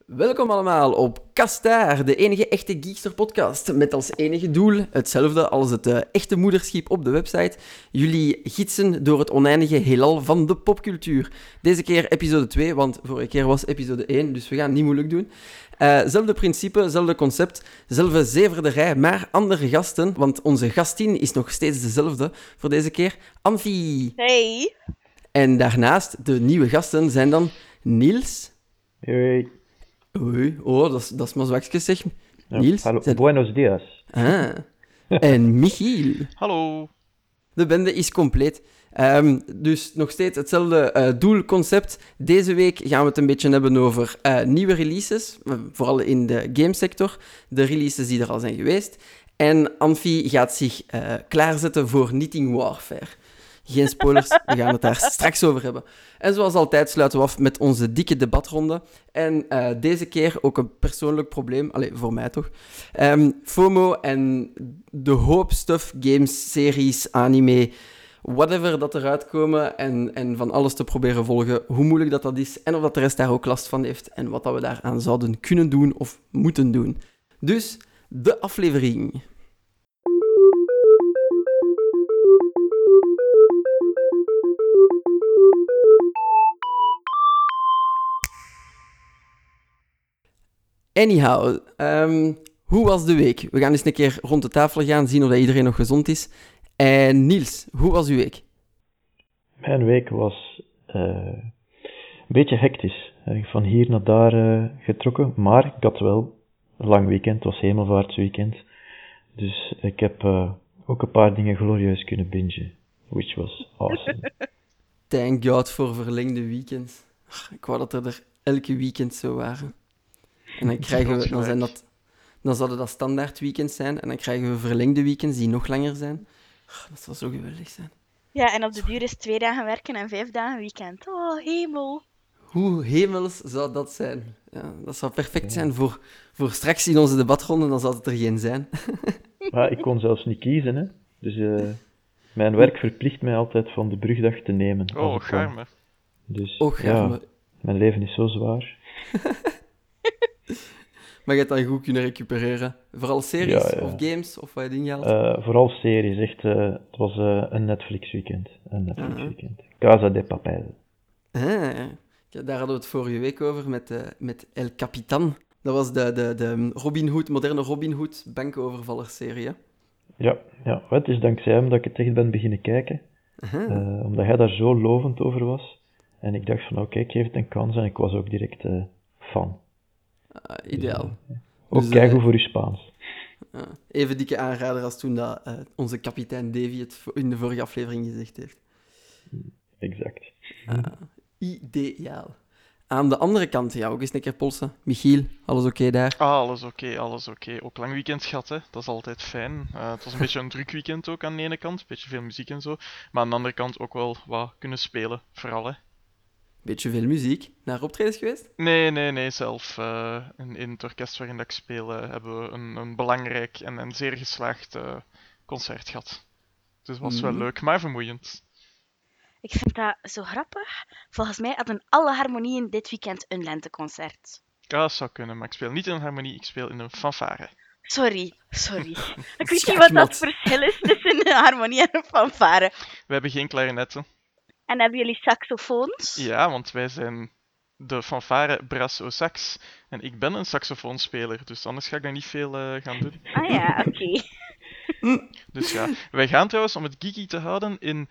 Welkom allemaal op Kastaar, de enige echte Geekster-podcast. Met als enige doel hetzelfde als het echte moederschip op de website. Jullie gidsen door het oneindige heelal van de popcultuur. Deze keer episode 2, want vorige keer was episode 1, dus we gaan het niet moeilijk doen. Zelfde principe, zelfde concept, zelfde zeverderij, maar andere gasten. Want onze gastin is nog steeds dezelfde voor deze keer. Anfie. Hey. En daarnaast, de nieuwe gasten zijn dan Niels. Hey. Oei, oh, dat is maar zwakjes zeg. Ja, Niels. hallo, buenos dias. Ah. En Michiel. Hallo. De bende is compleet. Dus nog steeds hetzelfde doelconcept. Deze week gaan we het een beetje hebben over nieuwe releases, vooral in de gamesector. De releases die er al zijn geweest. En Anfie gaat zich klaarzetten voor Knitting Warfare. Geen spoilers, we gaan het daar straks over hebben. En zoals altijd sluiten we af met onze dikke debatronde. En deze keer ook een persoonlijk probleem, allee, voor mij toch. FOMO en de hoop stuff, games, series, anime, whatever dat eruit komen en van alles te proberen volgen, hoe moeilijk dat is en of dat de rest daar ook last van heeft en wat dat we daaraan zouden kunnen doen of moeten doen. Dus, de aflevering. Anyhow, hoe was de week? We gaan eens een keer rond de tafel gaan, zien of dat iedereen nog gezond is. En Niels, hoe was uw week? Mijn week was een beetje hectisch. Van hier naar daar getrokken, maar ik had wel een lang weekend. Het was hemelvaartsweekend. Dus ik heb ook een paar dingen glorieus kunnen bingen. Which was awesome. Thank God voor verlengde weekends. Ik wou dat er elke weekend zo waren. En dan zouden dat standaard weekends zijn. En dan krijgen we verlengde weekends die nog langer zijn. Dat zou zo geweldig zijn. Ja, en op de duur is 2 dagen werken en 5 dagen weekend. Oh, hemel. Hoe hemels zou dat zijn? Ja, dat zou perfect zijn voor straks in onze debatronde, dan zou het er geen zijn. Maar ik kon zelfs niet kiezen, hè. Dus mijn werk verplicht mij altijd van de brugdag te nemen. Oh, garme. Dus Garme. ja, mijn leven is zo zwaar. Maar je hebt dan goed kunnen recupereren. Vooral series Ja. of games of wat je ding haalt. Vooral series, echt. Het was een Netflix-weekend. Casa de Papel. Ja, daar hadden we het vorige week over met El Capitan. Dat was de Robin Hood, moderne Robin Hood bankovervallerserie. Ja, het is dankzij hem dat ik het echt ben beginnen kijken. Omdat hij daar zo lovend over was. En ik dacht van oké, ik geef het een kans en ik was ook direct fan. Ideaal. Ook Dus, keigoed voor uw Spaans. Even dikke aanrader als toen dat, onze kapitein Davy het in de vorige aflevering gezegd heeft. Exact. Ideaal. Aan de andere kant, ja, ook eens een keer polsen. Michiel, alles oké daar? Alles oké. Ook lang weekend gehad, hè. Dat is altijd fijn. Het was een beetje een druk weekend ook aan de ene kant. Een beetje veel muziek en zo. Maar aan de andere kant ook wel wat kunnen spelen. Vooral, hè. Beetje veel muziek. Naar optredens geweest? Nee. Zelf in het orkest waarin dat ik speel hebben we een belangrijk en zeer geslaagd concert gehad. Dus het was wel leuk, maar vermoeiend. Ik vind dat zo grappig. Volgens mij hadden alle harmonieën dit weekend een lenteconcert. Ja, dat zou kunnen, maar ik speel niet in een harmonie, ik speel in een fanfare. Sorry. Ik weet niet wat dat verschil is tussen een harmonie en een fanfare. We hebben geen klarinetten. En hebben jullie saxofoons? Ja, want wij zijn de fanfare Brasso Sax. En ik ben een saxofoonspeler, dus anders ga ik daar niet veel gaan doen. Ah ja, oké. Dus ja, wij gaan trouwens, om het geeky te houden, in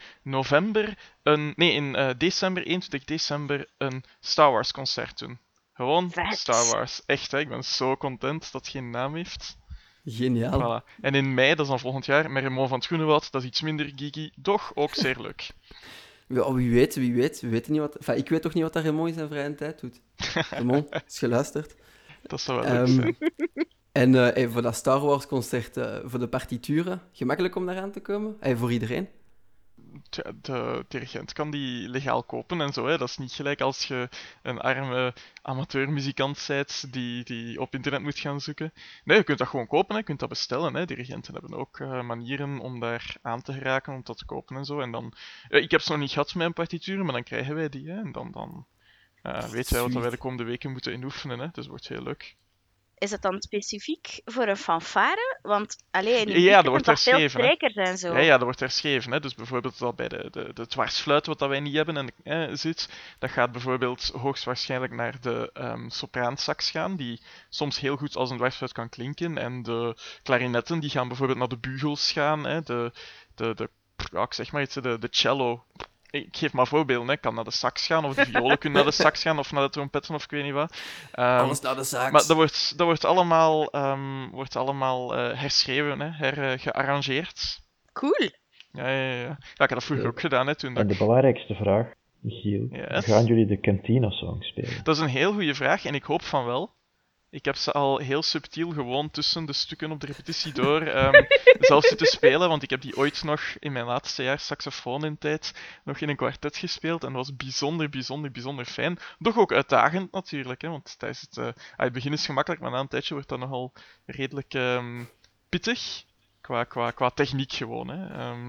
december, 21 december, een Star Wars concert doen. Gewoon Vet. Star Wars. Echt, hè? Ik ben zo content dat het geen naam heeft. Geniaal. Voilà. En in mei, dat is dan volgend jaar, met Raymond van het Groenewoud, dat is iets minder geeky, doch ook zeer leuk. Ja, wie weet. We weten niet wat... Enfin, ik weet toch niet wat dat Raymond in zijn vrije tijd doet. Raymond, is geluisterd. Dat zou wel leuk zijn. En voor dat Star Wars concert, voor de partituren, gemakkelijk om daaraan te komen? Voor iedereen? Tja, de dirigent kan die legaal kopen en zo. Hè. Dat is niet gelijk als je een arme amateurmuzikant bent die op internet moet gaan zoeken. Nee, je kunt dat gewoon kopen, hè. Je kunt dat bestellen. Hè. Dirigenten hebben ook manieren om daar aan te geraken, om dat te kopen en zo. En dan, ik heb ze nog niet gehad met mijn partituren, maar dan krijgen wij die. Hè. En dan Weet jij wat wij de Sweet. komende weken moeten inoefenen, hè? Dus het wordt heel leuk. Is het dan specifiek voor een fanfare? Want alleen in Ja, dat die wordt toch veel herschreven, hè. strijkers en zo. Ja, dat wordt herschreven. Hè? Dus bijvoorbeeld al bij de dwarsfluit, wat dat wij niet hebben en zit, dat gaat bijvoorbeeld hoogstwaarschijnlijk naar de sopraansax gaan, die soms heel goed als een dwarsfluit kan klinken. En de klarinetten, die gaan bijvoorbeeld naar de bugels gaan. Hè? Ja, ik zeg maar iets, de cello. Ik geef maar voorbeelden, hè. Kan naar de sax gaan, of de violen kunnen naar de sax gaan, of naar de trompetten, of ik weet niet wat. Alles naar de zaak. Maar dat wordt allemaal herschreven, hè, gearrangeerd. Cool. Ja, ik heb dat vroeger ook gedaan, hè, toen dat En de belangrijkste vraag, Michiel, Yes. gaan jullie de Cantina-song spelen? Dat is een heel goede vraag en ik hoop van wel. Ik heb ze al heel subtiel gewoon tussen de stukken op de repetitie door zelf zitten spelen, want ik heb die ooit nog in mijn laatste jaar saxofoon in tijd nog in een kwartet gespeeld en dat was bijzonder fijn. Doch ook uitdagend natuurlijk, hè, want tijdens het begin is het gemakkelijk, maar na een tijdje wordt dat nogal redelijk pittig. Qua techniek gewoon. Hè.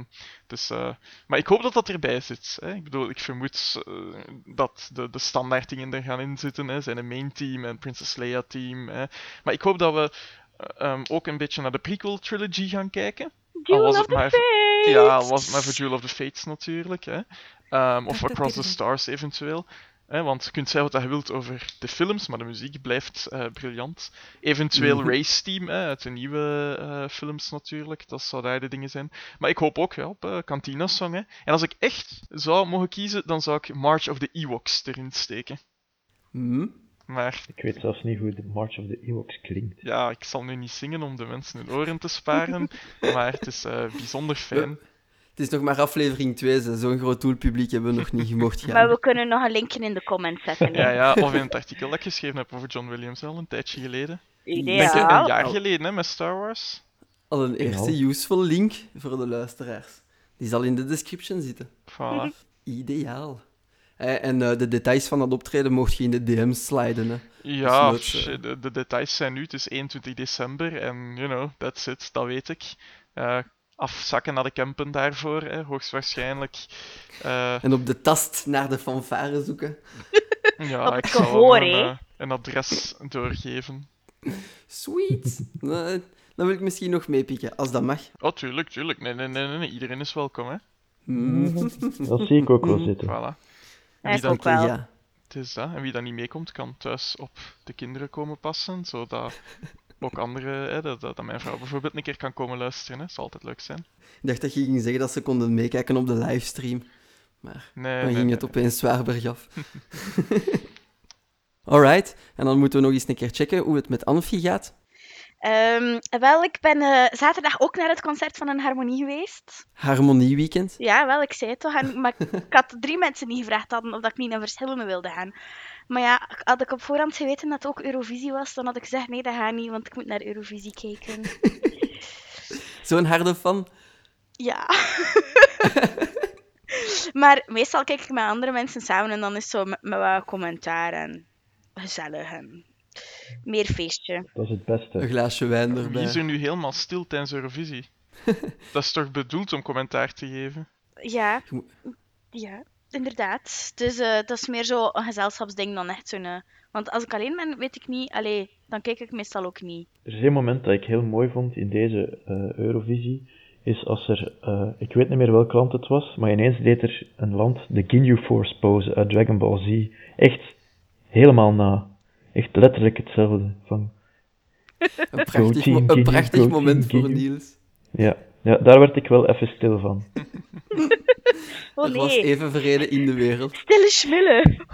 Maar ik hoop dat dat erbij zit. Hè. Ik bedoel, ik vermoed dat de standaard dingen er gaan in zitten. Hè. Zijn een main team en Princess Leia team. Hè. Maar ik hoop dat we ook een beetje naar de prequel trilogy gaan kijken. Duel was of het the maar Fates! Ja, al was het maar voor Duel of the Fates natuurlijk. Hè. Of Across the Stars eventueel. Want je kunt zeggen wat je wilt over de films, maar de muziek blijft briljant. Eventueel Race Team uit de nieuwe films natuurlijk, dat zou daar de dingen zijn. Maar ik hoop ook op Cantina Song. Hè. En als ik echt zou mogen kiezen, dan zou ik March of the Ewoks erin steken. Maar Ik weet zelfs niet hoe de March of the Ewoks klinkt. ja, ik zal nu niet zingen om de mensen hun oren te sparen, maar het is bijzonder fijn. Het is nog maar aflevering 2, zo'n groot doelpubliek hebben we nog niet gemocht gaan. Maar we kunnen nog een linkje in de comments zetten. hè. Ja, of in het artikel dat ik geschreven heb over John Williams al een tijdje geleden. Denk Ideaal. een jaar geleden, hè, met Star Wars. Al een eerste useful link voor de luisteraars. Die zal in de description zitten. Voilà. Ideaal. En de details van dat optreden mocht je in de DM's sliden. Hè. Ja, Dus de details zijn nu, het is 21 december en, that's it, dat weet ik. Afzakken naar de campen daarvoor, hè, hoogstwaarschijnlijk. En op de tast naar de fanfare zoeken. Ja, Op ik het zal gehoor, een adres doorgeven. Sweet. Dan wil ik misschien nog meepikken, als dat mag. Oh, tuurlijk. Nee, iedereen is welkom, hè. Dat zie ik ook wel zitten. Voilà. Ja, wie ik dan- ook wel. Ja. Het is dat. En wie dan niet meekomt, kan thuis op de kinderen komen passen, zodat ook anderen, hè, dat mijn vrouw bijvoorbeeld een keer kan komen luisteren. Hè. Dat zal altijd leuk zijn. Ik dacht dat je ging zeggen dat ze konden meekijken op de livestream. Maar dan ging het opeens zwaar bergaf. Alright. En dan moeten we nog eens een keer checken hoe het met Anfie gaat. Wel, ik ben zaterdag ook naar het concert van een harmonie geweest. Harmonieweekend. Ja, wel, ik zei het toch. Maar ik had 3 mensen die gevraagd hadden of dat ik niet naar verschillende wilde gaan. Maar ja, had ik op voorhand geweten dat het ook Eurovisie was, dan had ik gezegd, nee, dat gaat niet, want ik moet naar Eurovisie kijken. Zo'n harde fan. Ja. Maar meestal kijk ik met andere mensen samen en dan is het zo met wat commentaar en gezellig en meer feestje. Dat is het beste. Een glaasje wijn Wie erbij. is er nu helemaal stil tijdens Eurovisie? Dat is toch bedoeld om commentaar te geven? Ja, Je moet- ja, inderdaad. Dus dat is meer zo een gezelschapsding dan echt zo'n... Want als ik alleen ben, weet ik niet... Allee, dan kijk ik meestal ook niet. Er is één moment dat ik heel mooi vond in deze Eurovisie, is als er, ik weet niet meer welk land het was, maar ineens deed er een land de Ginyu Force pose uit Dragon Ball Z. Echt helemaal na. Echt letterlijk hetzelfde. Van, Een Go team, een Ginyu, prachtig go moment team, voor Ginyu. Niels. ja, daar werd ik wel even stil van. Oh Er was nee, even vrede in de wereld. stille schmillen.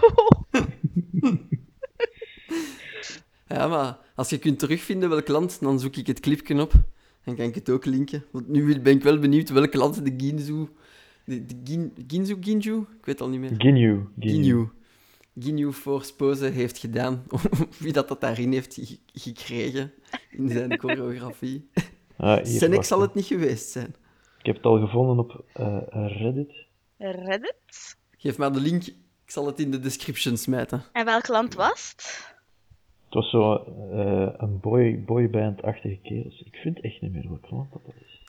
Ja, maar als je kunt terugvinden welk land, dan zoek ik het clipje op. En kan ik het ook linken. Want nu ben ik wel benieuwd welk land de Ginzu... Ginju? Ik weet al niet meer. Ginyu. Ginyu Force pose heeft gedaan. Wie dat daarin heeft gekregen in zijn choreografie. Hier, Senek wacht. zal het niet geweest zijn. Ik heb het al gevonden op Reddit. Reddit? Geef maar de link. Ik zal het in de description smijten. En welk land was het? Het was zo een boyband-achtige kerels. Ik vind echt niet meer welk land dat is.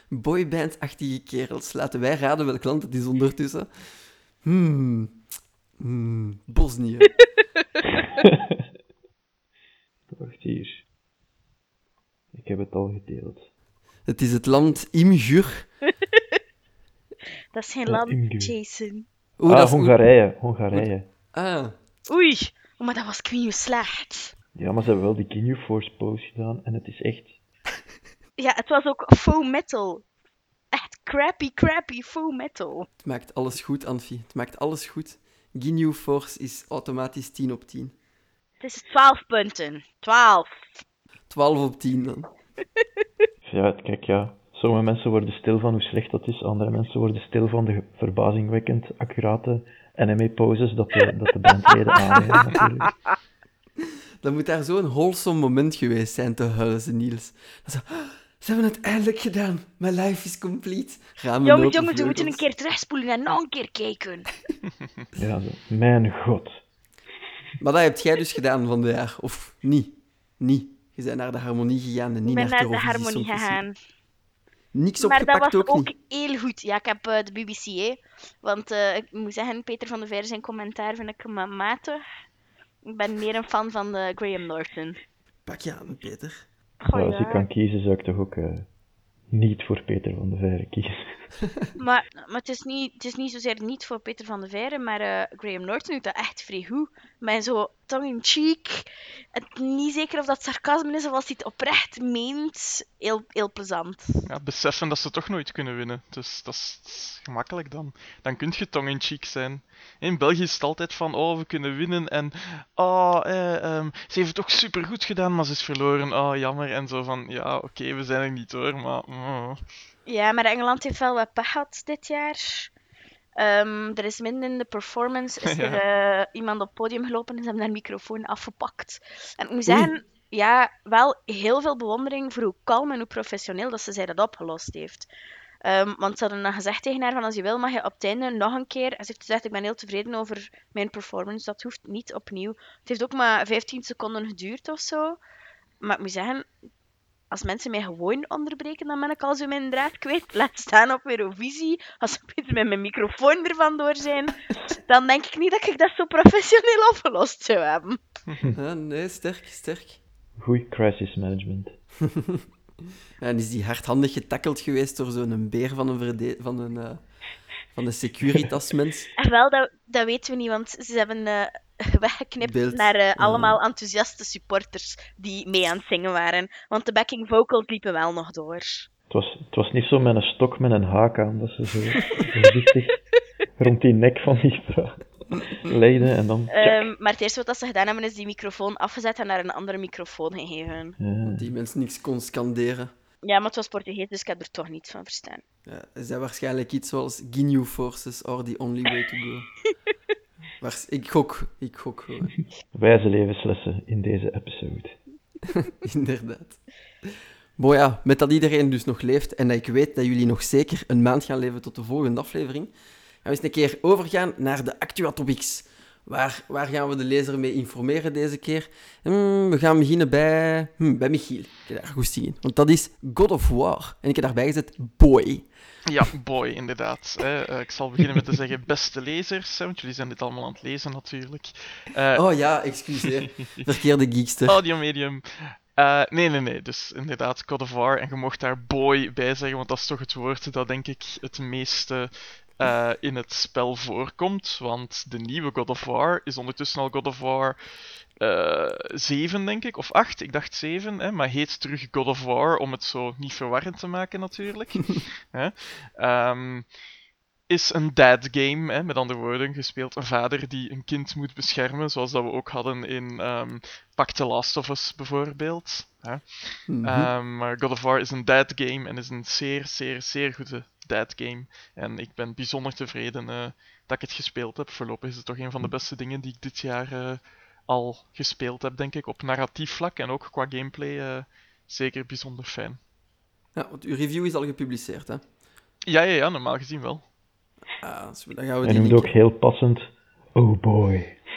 Boyband-achtige kerels. Laten wij raden welk land het is ondertussen. Bosnië. Wacht hier. Ik heb het al gedeeld. Het is het land Imgur. Dat is geen Ja, land, Imgur. Jason. Dat is Hongarije. Ah, Oei, maar dat was ik niet slecht. Ja, maar ze hebben wel die Ginyu Force pose gedaan en het is echt... Ja, het was ook faux metal. Echt crappy faux metal. het maakt alles goed, Anfie. Het maakt alles goed. Ginyu Force is automatisch 10 op 10. Het is 12 punten. 12. 12 op 10 dan. Ja, kijk, ja. Sommige mensen worden stil van hoe slecht dat is, andere mensen worden stil van de verbazingwekkend accurate anime-poses dat de bandleden aanleggen, natuurlijk. Dan moet daar zo'n wholesome moment geweest zijn te huizen, Niels. Dat zo, ze hebben het eindelijk gedaan. My life is complete. Ramen Jongens, open, we moeten een vleugels. keer terugspoelen en nog een keer kijken. Ja, mijn god. Maar dat heb jij dus gedaan van de jaar, of niet? Niet. Je bent naar de harmonie gegaan en Ik niet ben naar naar de Eurovisie harmonie Songfestival. gegaan. Niks Maar dat opgepakt was ook ook niet. heel goed. Ja, ik heb de BBC, hè. Want ik moet zeggen, Peter van der Veer zijn commentaar vind ik matig. Ik ben meer een fan van Graham Norton. Pak je aan, Peter. Goh, Als ik ja. kan kiezen, zou ik toch ook niet voor Peter van der Veire kiezen. Maar het is niet zozeer niet voor Peter van der Veire, maar Graham Norton doet dat echt vrij goed. Met zo tongue-in-cheek. Het niet zeker of dat sarcasme is of als hij het oprecht meent. Heel plezant. Ja, beseffen dat ze toch nooit kunnen winnen. Dus dat is gemakkelijk dan. Dan kun je tong-in-cheek zijn. In België is het altijd van, oh, we kunnen winnen en ze heeft het toch supergoed gedaan, maar ze is verloren. Oh, jammer. En zo van, ja, oké, we zijn er niet hoor, maar... Ja, maar Engeland heeft wel wat pech gehad dit jaar. Er is midden in de performance is er iemand op het podium gelopen en ze hebben haar microfoon afgepakt. En ik moet zeggen, ja, wel heel veel bewondering voor hoe kalm en hoe professioneel dat zij dat opgelost heeft. Want ze hadden dan gezegd tegen haar van als je wil mag je op het einde nog een keer. En ze heeft gezegd ik ben heel tevreden over mijn performance, dat hoeft niet opnieuw. Het heeft ook maar 15 seconden geduurd of zo. Maar ik moet zeggen, als mensen mij gewoon onderbreken, dan ben ik al zo mijn draad kwijt. Laat staan op Eurovisie. Als ze opeens met mijn microfoon er vandoor zijn, dan denk ik niet dat ik dat zo professioneel opgelost zou hebben. Ja, nee, sterk. Goeie crisis management. Ja, en is die hardhandig getackeld geweest door zo'n beer van een Securitas-mens? Wel, dat weten we niet, want ze hebben weggeknipt Beeld. naar allemaal enthousiaste supporters die mee aan het zingen waren. Want de backing vocals liepen wel nog door. Het was niet zo met een stok met een haak aan, dat ze zo voorzichtig rond die nek van die vrouw legden en dan... Maar het eerste wat ze gedaan hebben, is die microfoon afgezet en naar een andere microfoon gegeven. Ja. Die mens niks kon scanderen. Ja, maar het was Portugees, dus ik heb er toch niets van verstaan. Ja, is dat waarschijnlijk iets zoals Ginyu Forces are the only way to go. Ik gok gewoon. Wijze levenslessen in deze episode. Inderdaad. Maar ja, met dat iedereen dus nog leeft en dat ik weet dat jullie nog zeker een maand gaan leven tot de volgende aflevering, gaan we eens een keer overgaan naar de Actua Topics. Waar gaan we de lezer mee informeren deze keer? We gaan beginnen bij Michiel. Ik heb daar goesting in. Want dat is God of War. En ik heb daarbij gezet Boy. Ja, boy, inderdaad. Ik zal beginnen met te zeggen beste lezers, want jullie zijn dit allemaal aan het lezen natuurlijk. Oh ja, excuseer. Verkeerde geekster. Audiomedium. Nee. Dus inderdaad, God of War. En je mocht daar boy bij zeggen, want dat is toch het woord dat denk ik het meeste in het spel voorkomt. Want de nieuwe God of War is ondertussen al God of War 7, denk ik. Of 8, ik dacht 7. Hè, maar heet terug God of War, om het zo niet verwarrend te maken natuurlijk. Is een dad game, hè, met andere woorden. Je speelt een vader die een kind moet beschermen, zoals dat we ook hadden in Pak The Last of Us bijvoorbeeld. Hè. Maar God of War is een dad game en is een zeer goede dad game. En ik ben bijzonder tevreden dat ik het gespeeld heb. Voorlopig is het toch een van de beste dingen die ik dit jaar al gespeeld heb, denk ik. Op narratief vlak en ook qua gameplay zeker bijzonder fijn. Ja, want uw review is al gepubliceerd, hè? Ja, normaal gezien wel. Dan gaan we Hij die noemde ook linken. heel passend, oh boy.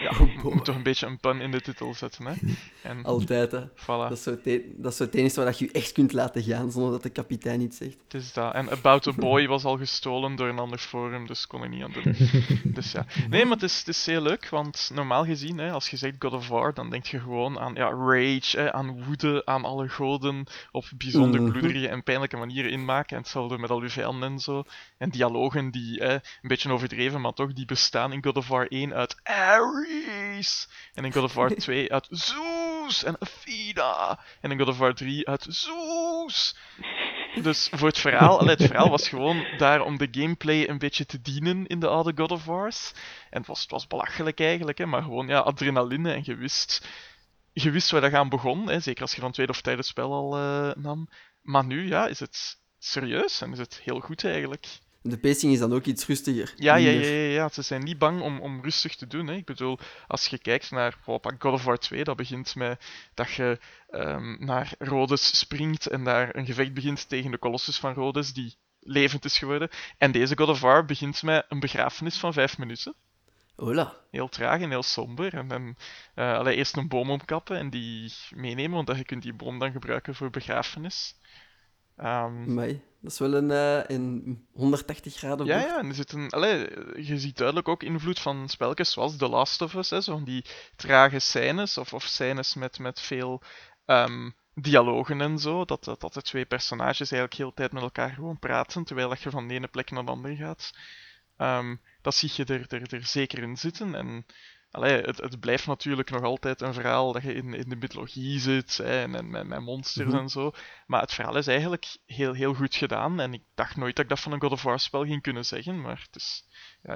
ja, Oh, boy. moet toch een beetje een pun in de titel zetten, hè. En Altijd, hè. voilà. Dat is zo het enige waar je echt kunt laten gaan, zonder dat de kapitein iets zegt. Het is dat. En About a Boy was al gestolen door een ander forum, dus kon er niet aan doen. Dus ja. Nee, maar het is heel leuk, want normaal gezien, hè, als je zegt God of War, dan denk je gewoon aan rage, hè, aan woede, aan alle goden op bijzonder bloederige en pijnlijke manieren inmaken. En hetzelfde met al uw vijanden en zo. En dialogen die, een beetje overdreven, maar toch, die bestaan in God of War 1 uit Ares. En in God of War 2 uit Zeus en Athena. En in God of War 3 uit Zeus. Dus voor het verhaal, het verhaal was gewoon daar om de gameplay een beetje te dienen in de oude God of Wars. En het was belachelijk eigenlijk, hè, maar gewoon adrenaline en je wist waar dat aan begon, hè, zeker als je van het tweede of derde spel al nam. Maar nu is het serieus en is het heel goed eigenlijk. De pacing is dan ook iets rustiger. Ja. Ze zijn niet bang om rustig te doen. Hè. Ik bedoel, als je kijkt naar God of War 2, dat begint met dat je naar Rhodes springt en daar een gevecht begint tegen de Colossus van Rhodes, die levend is geworden. En deze God of War begint met een begrafenis van 5 minuten. Hola. Heel traag en heel somber. En dan eerst een boom omkappen en die meenemen, want je kunt die boom dan gebruiken voor begrafenis. Amai, dat is wel een 180 graden bocht. Ja, en er zit je ziet duidelijk ook invloed van spelletjes zoals The Last of Us, hè, zo van die trage scènes, of scènes met veel dialogen en zo, dat de twee personages eigenlijk heel de tijd met elkaar gewoon praten, terwijl dat je van de ene plek naar de andere gaat. Dat zie je er zeker in zitten. En het blijft natuurlijk nog altijd een verhaal dat je in de mythologie zit, hè, en met monsters en zo. Maar het verhaal is eigenlijk heel, heel goed gedaan. En ik dacht nooit dat ik dat van een God of War spel ging kunnen zeggen. Maar het is,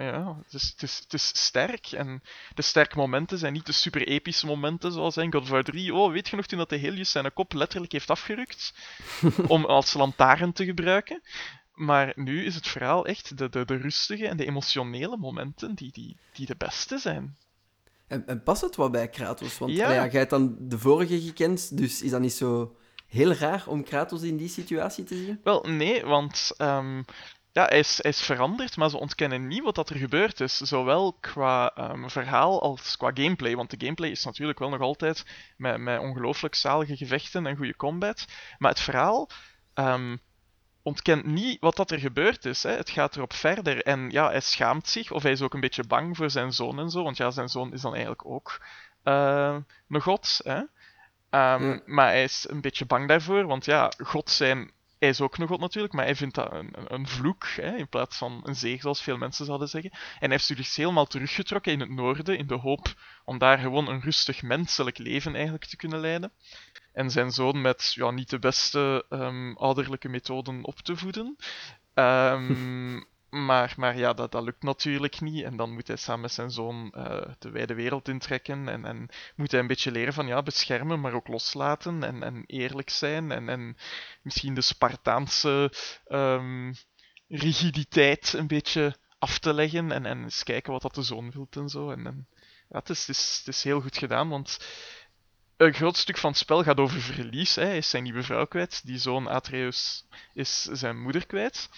het is sterk. En de sterke momenten zijn niet de super epische momenten zoals in God of War 3. Oh, weet je nog toen dat de Helios zijn kop letterlijk heeft afgerukt om als lantaarn te gebruiken? Maar nu is het verhaal echt de rustige en de emotionele momenten die de beste zijn. En past het wat bij Kratos? Want Ja. jij hebt dan de vorige gekend, dus is dat niet zo heel raar om Kratos in die situatie te zien? Wel, nee, want hij is veranderd, maar ze ontkennen niet wat dat er gebeurd is. Zowel qua verhaal als qua gameplay. Want de gameplay is natuurlijk wel nog altijd met ongelooflijk zalige gevechten en goede combat. Maar het verhaal ontkent niet wat dat er gebeurd is. Hè. Het gaat erop verder. En ja, hij schaamt zich, of hij is ook een beetje bang voor zijn zoon en zo. Want ja, zijn zoon is dan eigenlijk ook een god. Hè. Maar hij is een beetje bang daarvoor, want ja, God zijn... Hij is ook een god natuurlijk, maar hij vindt dat een vloek, hè, in plaats van een zegen, zoals veel mensen zouden zeggen. En hij heeft zich helemaal teruggetrokken in het noorden, in de hoop om daar gewoon een rustig menselijk leven eigenlijk te kunnen leiden. En zijn zoon met niet de beste ouderlijke methoden op te voeden. Maar ja, dat lukt natuurlijk niet. En dan moet hij samen met zijn zoon de wijde wereld intrekken. En moet hij een beetje leren van beschermen, maar ook loslaten. En eerlijk zijn. En misschien de Spartaanse rigiditeit een beetje af te leggen. En eens kijken wat dat de zoon wil en zo. Het is heel goed gedaan, want een groot stuk van het spel gaat over verlies. Hè. Hij is zijn nieuwe vrouw kwijt. Die zoon Atreus is zijn moeder kwijt.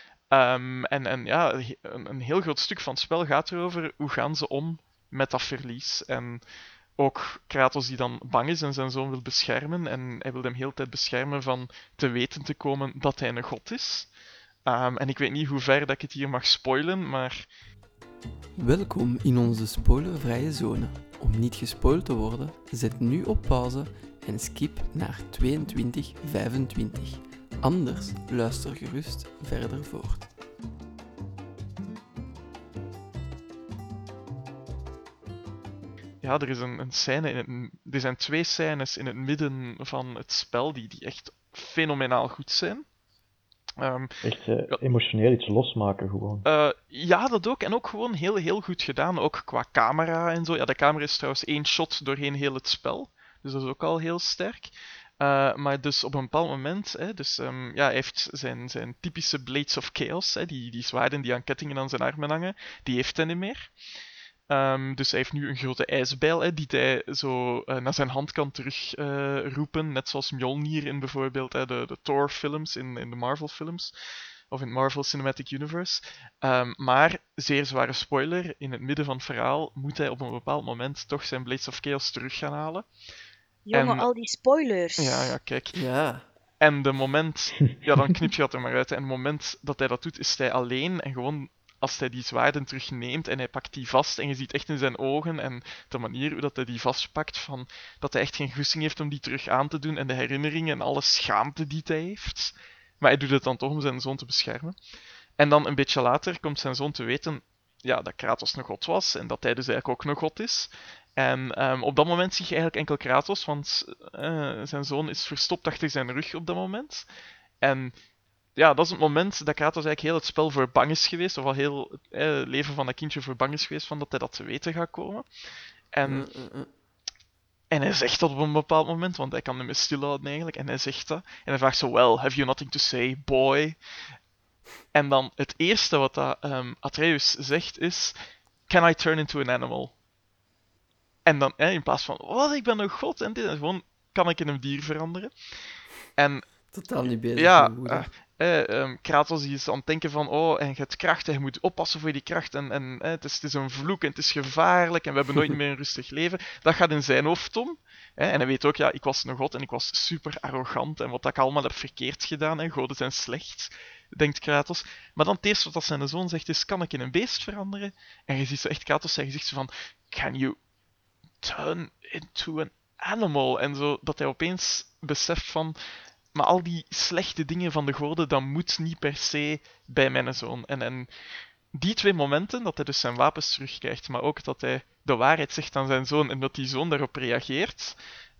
Een heel groot stuk van het spel gaat erover hoe gaan ze om met dat verlies. En ook Kratos die dan bang is en zijn zoon wil beschermen. En hij wil hem heel de tijd beschermen van te weten te komen dat hij een god is. En ik weet niet hoe ver dat ik het hier mag spoilen, maar... Welkom in onze spoilervrije zone. Om niet gespoild te worden, zet nu op pauze en skip naar 22:25. Anders luister gerust verder voort. Ja, er is een scène er zijn 2 scènes in het midden van het spel die echt fenomenaal goed zijn. Echt emotioneel iets losmaken gewoon. Ja, dat ook. En ook gewoon heel, heel goed gedaan. Ook qua camera en zo. Ja, de camera is trouwens 1 shot doorheen heel het spel. Dus dat is ook al heel sterk. Maar dus op een bepaald moment, hè, hij heeft zijn typische Blades of Chaos, hè, die zwaarden die aan kettingen aan zijn armen hangen, die heeft hij niet meer. Dus hij heeft nu een grote ijsbijl, hè, die hij zo naar zijn hand kan terugroepen, net zoals Mjolnir in bijvoorbeeld de Thor-films, in de Marvel-films. of in het Marvel Cinematic Universe. Maar, zeer zware spoiler, in het midden van het verhaal moet hij op een bepaald moment toch zijn Blades of Chaos terug gaan halen. Jongen, En- al die spoilers. Ja, kijk. Ja. En de moment... Ja, dan knip je dat er maar uit. En het moment dat hij dat doet, is hij alleen. En gewoon, als hij die zwaarden terugneemt en hij pakt die vast, en je ziet echt in zijn ogen en de manier hoe dat hij die vastpakt, van, dat hij echt geen goesting heeft om die terug aan te doen, en de herinneringen en alle schaamte die hij heeft. Maar hij doet het dan toch om zijn zoon te beschermen. En dan een beetje later komt zijn zoon te weten dat Kratos een god was, en dat hij dus eigenlijk ook een god is. En op dat moment zie je eigenlijk enkel Kratos, want zijn zoon is verstopt achter zijn rug op dat moment. En ja, dat is het moment dat Kratos eigenlijk heel het spel voor bang is geweest, of al heel het leven van dat kindje voor bang is geweest, van dat hij dat te weten gaat komen. En hij zegt dat op een bepaald moment, want hij kan niet meer stilhouden eigenlijk, en hij zegt dat. En hij vraagt zo, well, have you nothing to say, boy? En dan het eerste wat Atreus zegt is, can I turn into an animal? En dan, in plaats van, wat, ik ben een god, en dit, en gewoon, kan ik in een dier veranderen? En Totaal niet bezig ja, met woede. Kratos die is aan het denken van, oh, en je hebt kracht, en je moet oppassen voor die kracht, en het is een vloek, en het is gevaarlijk, en we hebben nooit meer een rustig leven. Dat gaat in zijn hoofd om. En hij weet ook, ja, ik was een god, en ik was super arrogant, en wat ik allemaal heb verkeerd gedaan, en goden zijn slecht, denkt Kratos. Maar dan het eerste wat zijn zoon zegt is, kan ik in een beest veranderen? En je ziet zo echt Kratos zijn gezicht zo van, can you turn into an animal? En zo, dat hij opeens beseft van, maar al die slechte dingen van de goden, dat moet niet per se bij mijn zoon. En die twee momenten, dat hij dus zijn wapens terugkrijgt, maar ook dat hij de waarheid zegt aan zijn zoon en dat die zoon daarop reageert,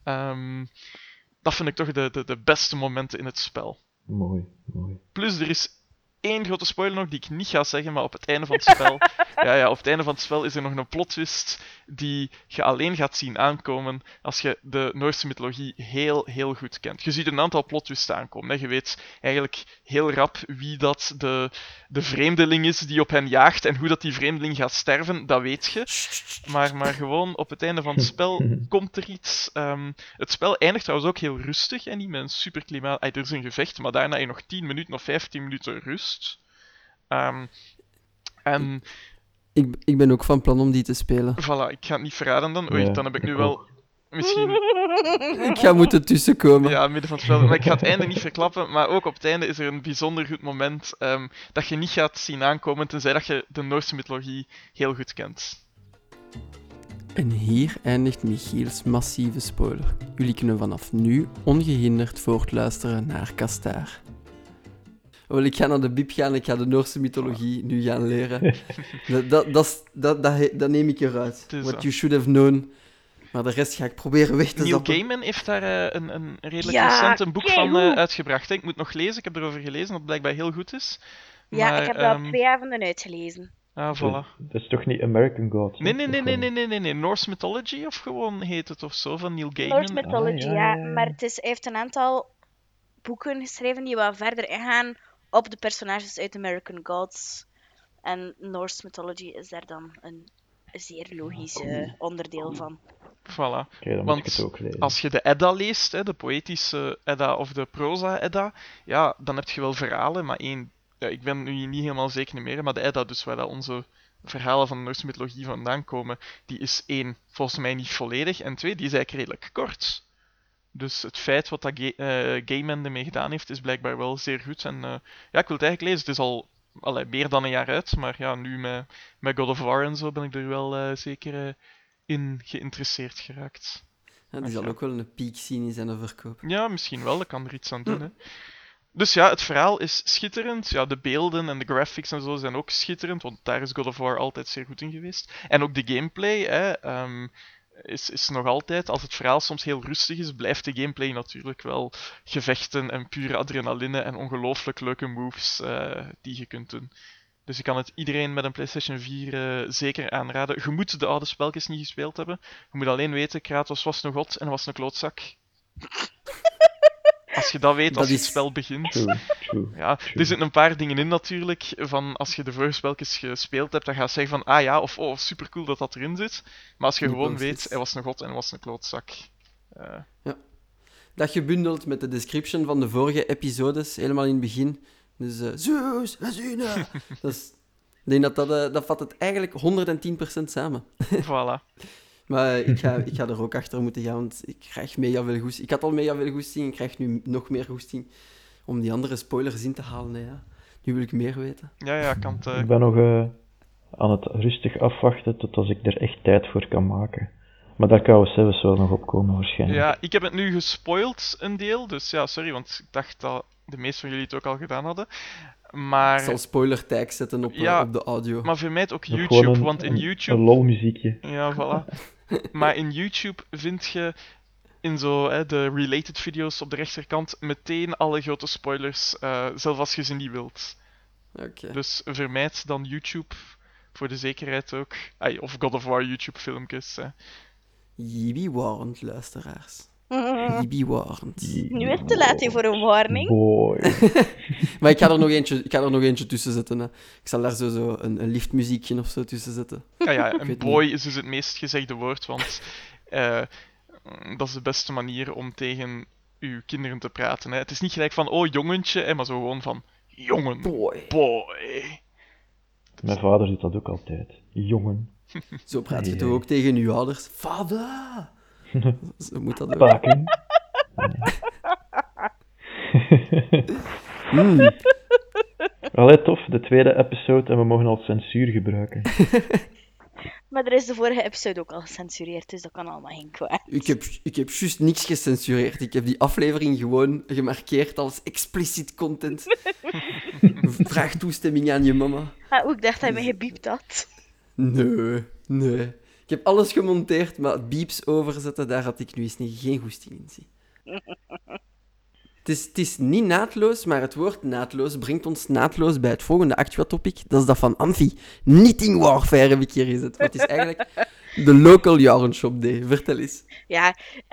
dat vind ik toch de beste momenten in het spel. Mooi. Plus, er is één grote spoiler nog die ik niet ga zeggen, maar op het einde van het spel... op het einde van het spel is er nog een plot twist die je alleen gaat zien aankomen als je de Noorse mythologie heel, heel goed kent. Je ziet een aantal plot twists aankomen. Hè. Je weet eigenlijk heel rap wie dat de vreemdeling is die op hen jaagt en hoe dat die vreemdeling gaat sterven, dat weet je. Maar gewoon op het einde van het spel komt er iets. Het spel eindigt trouwens ook heel rustig en niet met een super klimaat. Er is een gevecht, maar daarna heb je nog 10 minuten of 15 minuten rust. En Ik ben ook van plan om die te spelen. voilà, ik ga het niet verraden dan. Oei, Ja, dan heb ik nu ik wel... ook. Misschien... Ik ga moeten tussenkomen. Ja, midden van het spel. Maar ik ga het einde niet verklappen, maar ook op het einde is er een bijzonder goed moment dat je niet gaat zien aankomen, tenzij dat je de Noorse mythologie heel goed kent. En hier eindigt Michiels massieve spoiler. Jullie kunnen vanaf nu ongehinderd voortluisteren naar Kastaar. Wel, ik ga naar de bib gaan, ik ga de Noorse mythologie nu gaan leren. Dat neem ik eruit. Het is What zo. you should have known. Maar de rest ga ik proberen weg te Neil zappen. Gaiman heeft daar een redelijk Ja, recent een boek van keigoed. uitgebracht. Hè. Ik moet nog lezen, ik heb erover gelezen, dat het blijkbaar heel goed is. Ja, Maar, ik heb dat op 2 avonden uitgelezen. Voilà. Dat is toch niet American Gods? Nee, hè? Of gewoon- nee. Norse Mythology of gewoon heet het of zo, van Neil Gaiman. Norse Mythology, Ah, ja. maar hij heeft een aantal boeken geschreven die wat verder ingaan op de personages uit American Gods. En Norse Mythology is daar dan een zeer logisch onderdeel van. Voilà. Oké, dan moet Want ik het ook lezen. als je de Edda leest, hè, de poëtische Edda of de proza-Edda, ja, dan heb je wel verhalen, maar één... Ja, ik ben nu niet helemaal zeker meer, maar de Edda, dus waar dat onze verhalen van de Noorse mythologie vandaan komen, die is één, volgens mij niet volledig, en twee, die is eigenlijk redelijk kort. Dus het feit wat dat Gaiman ermee gedaan heeft, is blijkbaar wel zeer goed. En ja, ik wil het eigenlijk lezen. Het is al meer dan een jaar uit, maar ja, nu met God of War en zo ben ik er wel zeker in geïnteresseerd geraakt. Ja, die zal ook wel een piek zien in zijn verkoop. Ja, misschien wel, ik kan er iets aan doen. Hè. Dus ja, het verhaal is schitterend. Ja, de beelden en de graphics en zo zijn ook schitterend, want daar is God of War altijd zeer goed in geweest. En ook de gameplay is nog altijd, als het verhaal soms heel rustig is, blijft de gameplay natuurlijk wel gevechten en pure adrenaline en ongelooflijk leuke moves die je kunt doen. Dus ik kan het iedereen met een PlayStation 4 zeker aanraden. Je moet de oude spelletjes niet gespeeld hebben. Je moet alleen weten, Kratos was een god en was een klootzak. Als je dat weet, als je het spel begint. True. Ja, er zitten een paar dingen in natuurlijk, van als je de vorige spelletjes gespeeld hebt, dan ga je zeggen van, ah ja, of oh, supercool dat dat erin zit. Maar als je Die gewoon posters. weet, hij was een god en hij was een klootzak. Dat gebundeld met de description van de vorige episodes, helemaal in het begin. Dus Zeus, Hesina. Ik denk dat vat het eigenlijk 110% samen. Voilà. Maar ik ga er ook achter moeten gaan, want ik krijg mega veel goesting. Ik had al mega veel goesting, ik krijg nu nog meer goesting om die andere spoilers in te halen. Hè, ja. Nu wil ik meer weten. Ja, kan het... Ik ben nog aan het rustig afwachten tot als ik er echt tijd voor kan maken. Maar daar kan we zelfs wel nog op komen waarschijnlijk. Ja, ik heb het nu gespoild, een deel. Dus ja, sorry, want ik dacht dat de meeste van jullie het ook al gedaan hadden. Maar... Ik zal spoiler tags zetten op de audio. Maar vermijd ook Nog YouTube, gewoon want in YouTube... Een lol-muziekje. Ja, voilà. Maar in YouTube vind je in zo de related video's op de rechterkant meteen alle grote spoilers, zelfs als je ze niet wilt. Oké. Dus vermijd dan YouTube, voor de zekerheid ook. Of God of War YouTube filmpjes. Be warned, luisteraars. Be warned. Nu is het te laat hier voor een warning. Boy. Maar ik ga er nog eentje tussen zetten. Hè. Ik zal daar zo een liftmuziekje of zo tussen zetten. Ja, Ik en weet boy is dus het meest gezegde woord, want dat is de beste manier om tegen uw kinderen te praten. Hè. Het is niet gelijk van, oh jongentje, maar zo gewoon van, jongen, boy. Mijn vader doet dat ook altijd. Jongen. Zo praat je Nee. toch ook tegen uw ouders? Vader! Zo moet dat ook. Baken. Allee, tof. De tweede episode en we mogen al censuur gebruiken. Maar er is de vorige episode ook al gecensureerd, dus dat kan allemaal geen kwaad. Ik heb juist niks gecensureerd. Ik heb die aflevering gewoon gemarkeerd als explicit content. Vraag toestemming aan je mama. Ah, ik dacht dat hij me gebiept had. Nee. Ik heb alles gemonteerd, maar het beeps overzetten, daar had ik nu eens geen goesting in. Zie. Het is niet naadloos, maar het woord naadloos brengt ons naadloos bij het volgende Actua-topic. Dat is dat van Amfi. Knitting Warfare heb ik hier gezet. Wat is eigenlijk de Local Yarn Shop Day? Vertel eens. Ja,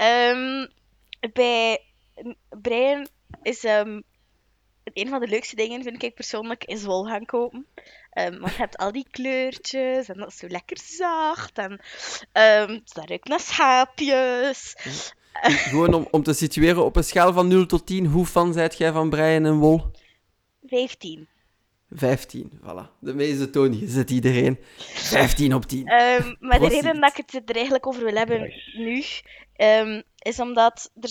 bij breien is een van de leukste dingen, vind ik persoonlijk, is wol gaan kopen. Want je hebt al die kleurtjes en dat is zo lekker zacht en dat ruikt naar schaapjes. Gewoon om te situeren op een schaal van 0 tot 10, hoe fan zijt jij van breien en wol? 15. 15, voilà. De meeste toon zet iedereen. 15 op 10. Maar de Proceed. reden dat ik het er eigenlijk over wil hebben nu, is omdat er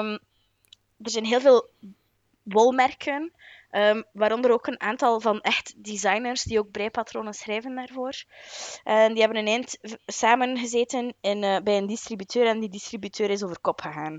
zijn heel veel wolmerken, waaronder ook een aantal van echt designers die ook breipatronen schrijven daarvoor. En die hebben een eind samengezeten bij een distributeur en die distributeur is over kop gegaan.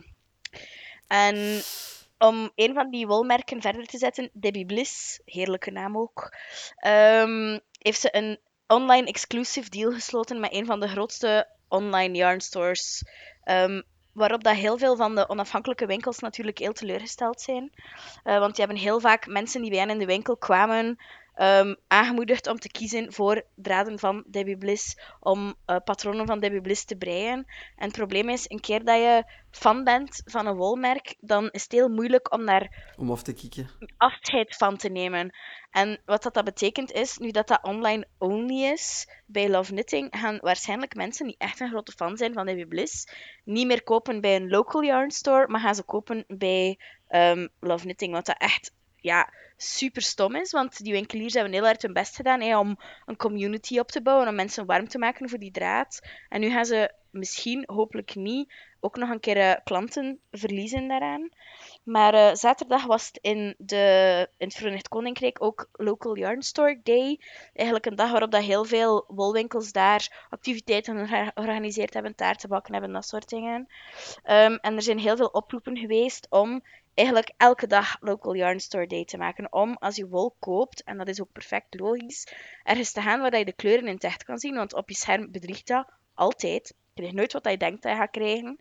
En om een van die wolmerken verder te zetten, Debbie Bliss, heerlijke naam ook, heeft ze een online exclusive deal gesloten met een van de grootste online yarnstores, waarop dat heel veel van de onafhankelijke winkels natuurlijk heel teleurgesteld zijn. Want die hebben heel vaak mensen die bij hen in de winkel kwamen aangemoedigd om te kiezen voor draden van Debbie Bliss, om patronen van Debbie Bliss te breien. En het probleem is, een keer dat je fan bent van een wolmerk, dan is het heel moeilijk om daar Om af te kicken. afscheid van te nemen. En wat dat betekent is, nu dat online only is, bij Love Knitting, gaan waarschijnlijk mensen die echt een grote fan zijn van Debbie Bliss niet meer kopen bij een local yarn store, maar gaan ze kopen bij Love Knitting, wat dat echt super stom is, want die winkeliers hebben heel hard hun best gedaan om een community op te bouwen, om mensen warm te maken voor die draad. En nu gaan ze misschien, hopelijk niet, ook nog een keer klanten verliezen daaraan. Maar zaterdag was het in het Verenigd Koninkrijk ook Local Yarn Store Day. Eigenlijk een dag waarop dat heel veel wolwinkels daar activiteiten georganiseerd hebben, taarten bakken hebben, dat soort dingen. En er zijn heel veel oproepen geweest om eigenlijk elke dag Local Yarn Store Day te maken. Om, als je wol koopt, en dat is ook perfect logisch, ergens te gaan waar je de kleuren in het echt kan zien. Want op je scherm bedriegt dat altijd. Je krijgt nooit wat je denkt dat je gaat krijgen.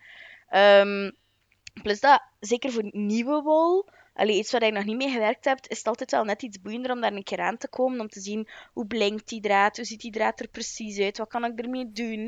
Plus dat, zeker voor nieuwe wol, iets waar je nog niet mee gewerkt hebt, is het altijd wel net iets boeiender om daar een keer aan te komen, om te zien hoe blinkt die draad, hoe ziet die draad er precies uit, wat kan ik ermee doen.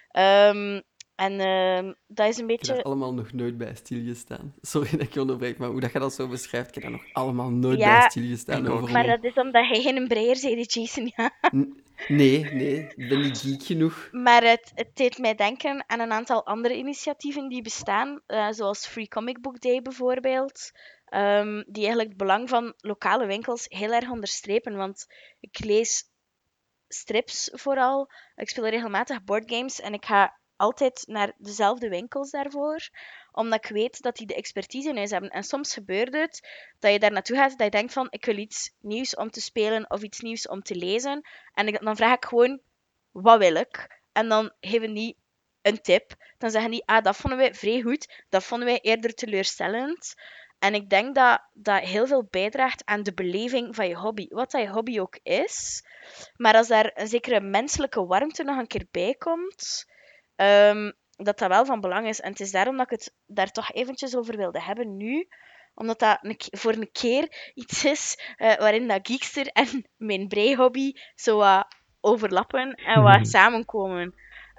Dat is een Ik heb daar beetje... allemaal nog nooit bij stilgestaan. Sorry dat ik je onderbreek, maar hoe dat je dat zo beschrijft, ik heb daar nog allemaal nooit Ja, bij stilgestaan ik ook. over. Maar dat is omdat jij geen breier bent, Jason. Ja. Nee, ik ben niet geek genoeg. Maar het deed mij denken aan een aantal andere initiatieven die bestaan, zoals Free Comic Book Day bijvoorbeeld. die eigenlijk het belang van lokale winkels heel erg onderstrepen. Want ik lees strips vooral. Ik speel regelmatig boardgames en ik ga altijd naar dezelfde winkels daarvoor, omdat ik weet dat die de expertise in huis hebben. En soms gebeurt het dat je daar naartoe gaat, dat je denkt van, ik wil iets nieuws om te spelen of iets nieuws om te lezen. En dan vraag ik gewoon, wat wil ik? En dan geven die een tip. Dan zeggen die, dat vonden wij vrij goed, dat vonden wij eerder teleurstellend. En ik denk dat dat heel veel bijdraagt aan de beleving van je hobby. Wat dat je hobby ook is. Maar als daar een zekere menselijke warmte nog een keer bij komt, dat dat wel van belang is. En het is daarom dat ik het daar toch eventjes over wilde hebben nu. Omdat dat voor een keer iets is waarin dat Geekster en mijn breihobby zo wat overlappen en wat samenkomen.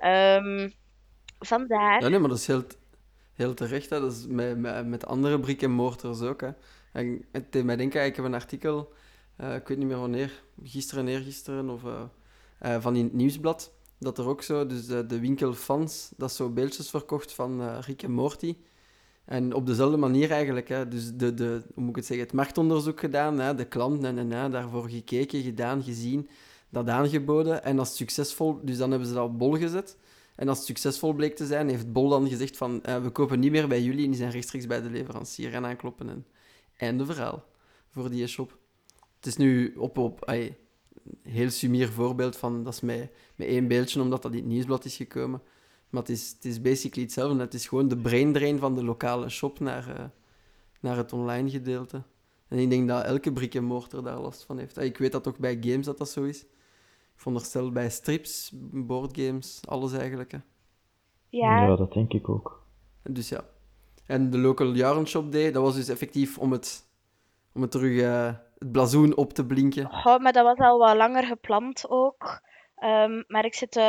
Vandaar. Ja, nee, maar dat is heel terecht. Hè. Dat is met andere brick-and-mortars ook. Hè. En het deed mij denken, ik heb een artikel, ik weet niet meer wanneer, gisteren, eergisteren, of van in het nieuwsblad, dat er ook zo, dus de winkel Fans, dat zo beeldjes verkocht van Rick en Morty. En op dezelfde manier eigenlijk. Hè. Dus hoe moet ik het zeggen, het marktonderzoek gedaan, hè, de klant, daarvoor gekeken, gedaan, gezien, dat aangeboden. En als het succesvol, dus dan hebben ze dat op bol gezet. En als het succesvol bleek te zijn, heeft Bol dan gezegd van we kopen niet meer bij jullie en die zijn rechtstreeks bij de leverancier gaan aankloppen. En einde verhaal voor die shop. Het is nu een heel sumier voorbeeld van, dat is met één beeldje, omdat dat in het nieuwsblad is gekomen. Maar het is basically hetzelfde. Het is gewoon de brain drain van de lokale shop naar het online gedeelte. En ik denk dat elke brick-and-mortar daar last van heeft. Ik weet dat ook bij games dat zo is. Ik veronderstel bij strips, boardgames, alles eigenlijk. Hè. Ja, Dat denk ik ook. Dus ja. En de Local Yarn Shop Day, dat was dus effectief om het terug het blazoen op te blinken. maar dat was al wat langer gepland ook. Maar ik zit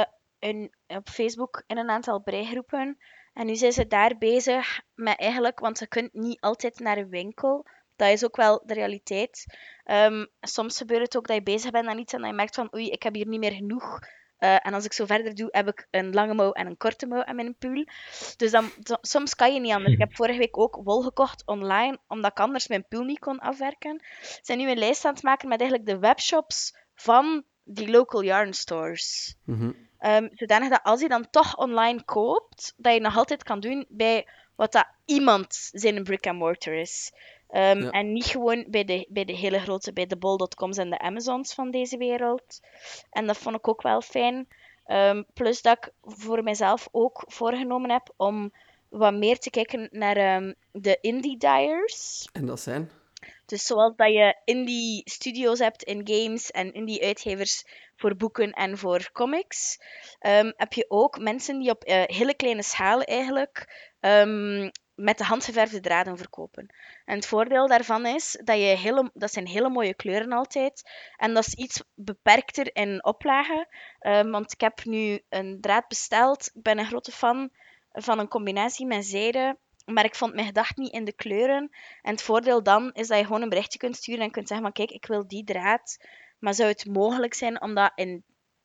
op Facebook in een aantal breigroepen. En nu zijn ze daar bezig met eigenlijk, want ze kunt niet altijd naar een winkel. Dat is ook wel de realiteit. Soms gebeurt het ook dat je bezig bent aan iets en dat je merkt van oei, ik heb hier niet meer genoeg. En als ik zo verder doe, heb ik een lange mouw en een korte mouw aan mijn pool. Dus soms kan je niet anders. Ik heb vorige week ook wol gekocht online, omdat ik anders mijn pool niet kon afwerken. Ze zijn nu een lijst aan het maken met eigenlijk de webshops van die local yarn stores. Zodanig dat als je dan toch online koopt, dat je nog altijd kan doen bij wat dat iemand zijn brick-and-mortar is. Ja. En niet gewoon bij de hele grote, bij de bol.coms en de Amazons van deze wereld. En dat vond ik ook wel fijn. Plus dat ik voor mezelf ook voorgenomen heb om wat meer te kijken naar de indie dyers. En dat zijn? Dus zoals dat je indie studio's hebt in games en indie uitgevers voor boeken en voor comics, heb je ook mensen die op hele kleine schaal eigenlijk met de handgeverfde draden verkopen. En het voordeel daarvan is dat zijn hele mooie kleuren altijd. En dat is iets beperkter in oplage. Want ik heb nu een draad besteld. Ik ben een grote fan van een combinatie met zijde. Maar ik vond mijn gedacht niet in de kleuren. En het voordeel dan is dat je gewoon een berichtje kunt sturen en kunt zeggen van kijk, ik wil die draad. Maar zou het mogelijk zijn om dat in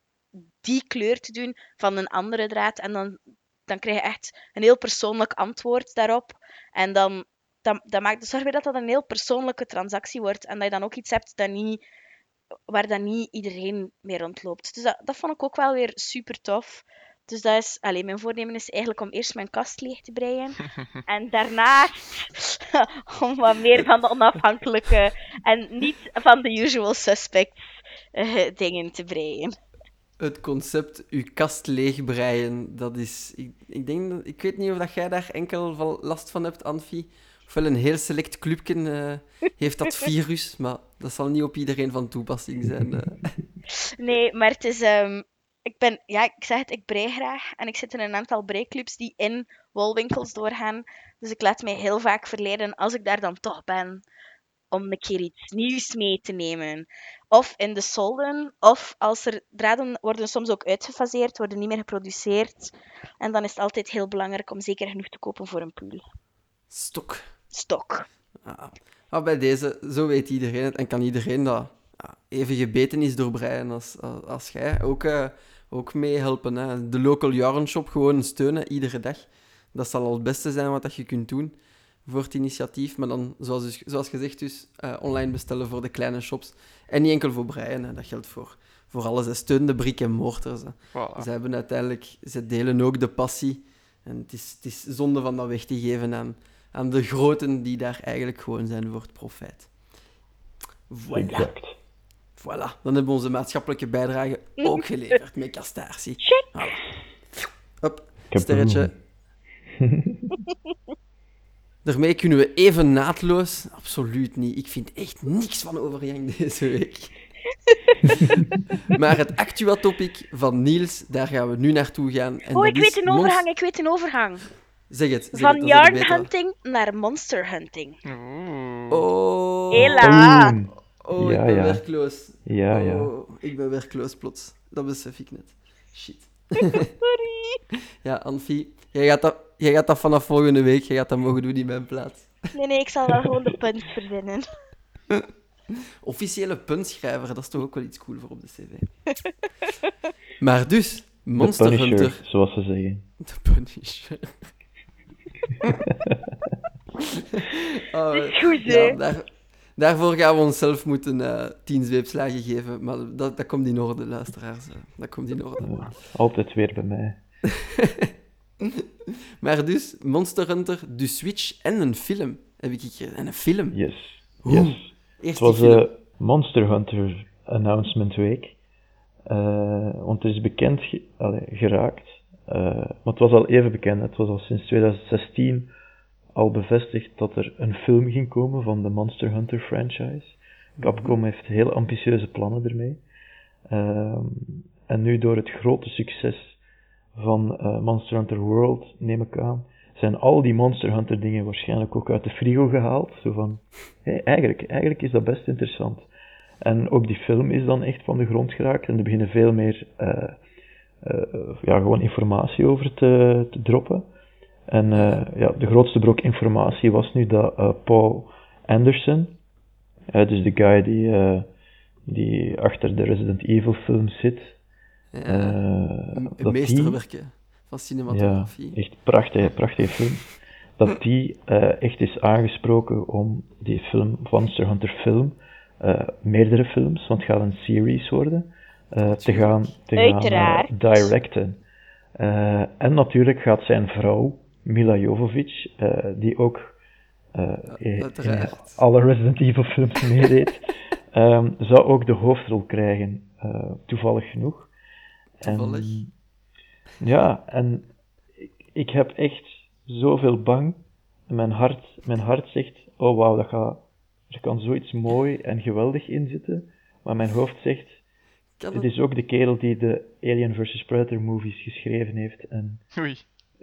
die kleur te doen van een andere draad? En dan krijg je echt een heel persoonlijk antwoord daarop. En dan zorg je dat dat een heel persoonlijke transactie wordt. En dat je dan ook iets hebt waar dan niet iedereen mee rondloopt. Dus dat vond ik ook wel weer super tof. Dus mijn voornemen is eigenlijk om eerst mijn kast leeg te breien. En daarnaast om wat meer van de onafhankelijke en niet van de usual suspects dingen te breien. Het concept uw kast leegbreien, dat is... Ik weet niet of dat jij daar enkel van last van hebt, Anfie. Ofwel een heel select clubje heeft dat virus, maar dat zal niet op iedereen van toepassing zijn. Nee, maar het is... ik zeg het, ik brei graag. En ik zit in een aantal breiklubs die in wolwinkels doorgaan. Dus ik laat mij heel vaak verleiden, als ik daar dan toch ben, om een keer iets nieuws mee te nemen. Of in de solden, of als er draden worden soms ook uitgefaseerd, worden niet meer geproduceerd. En dan is het altijd heel belangrijk om zeker genoeg te kopen voor een pool. Stok. Maar bij deze, zo weet iedereen het en kan iedereen dat even gebeten is door breien als jij. Ook meehelpen. De local yarn shop gewoon steunen, iedere dag. Dat zal al het beste zijn wat je kunt doen. voor het initiatief. Maar dan, zoals gezegd, dus online bestellen voor de kleine shops. En niet enkel voor breien, hè. Dat geldt voor alles. Ze steunen de brick en mortars. Voilà. Ze delen ook de passie. En het is zonde van dat weg te geven aan de groten die daar eigenlijk gewoon zijn voor het profijt. Voilà. Exact. Voilà. Dan hebben we onze maatschappelijke bijdrage ook geleverd met Castarsi. Check. Voilà. Hop, Ik heb sterretje. Daarmee kunnen we even naadloos... Absoluut niet. Ik vind echt niks van overgang deze week. Maar het actua-topic van Niels, daar gaan we nu naartoe gaan. En Oh, dat ik is weet een overgang. Zeg het. Van dan zijn we yarn beter. hunting naar monster hunting. Oeh. Oh. Hela. Oh, Ja, ik ben ja. weer close. Ja, ja. Oh, ik ben weer close plots. Dat besef ik net. Shit. Sorry. Ja, Anfie, jij gaat dat vanaf volgende week, jij gaat dat mogen doen in mijn plaats. Nee, ik zal wel gewoon de punt verzinnen. Officiële puntschrijver, dat is toch ook wel iets cool voor op de cv. Maar dus, The Monster Punisher, Hunter... zoals ze zeggen. De Punisher. Oh, Het is goed, ja, hè? daarvoor gaan we onszelf moeten 10 zweepslagen geven, maar dat komt in orde, luisteraars. Dat komt in orde. Altijd weer bij mij. Maar dus, Monster Hunter, de Switch en een film. Heb ik hier. En een film. Yes. Oeh. Yes. Eerst Het die was film. Monster Hunter Announcement Week. Want het is bekend geraakt. Maar het was al even bekend. Het was al sinds 2016 al bevestigd dat er een film ging komen van de Monster Hunter franchise. Capcom heeft heel ambitieuze plannen ermee. En nu door het grote succes van Monster Hunter World, neem ik aan, zijn al die Monster Hunter dingen waarschijnlijk ook uit de frigo gehaald. Zo van, eigenlijk is dat best interessant. En ook die film is dan echt van de grond geraakt en er beginnen veel meer gewoon informatie over te droppen. En de grootste brok informatie was nu dat Paul Anderson, dus de guy die achter de Resident Evil films zit, Een dat meesterwerken van cinematografie. ja, echt prachtige film. Dat die echt is aangesproken om die film, Monster Hunter film, meerdere films, want het gaat een series worden, te gaan Uiteraard. directen. En natuurlijk gaat zijn vrouw, Mila Jovovich, die ook in Uiteraard. alle Resident Evil films meedeed, zou ook de hoofdrol krijgen, toevallig genoeg. Toevallig. En ik heb echt zoveel bang. Mijn hart zegt, oh wauw, er kan zoiets mooi en geweldig in zitten. Maar mijn hoofd zegt, Kan het het? is ook de kerel die de Alien vs Predator movies geschreven heeft. En, Oei.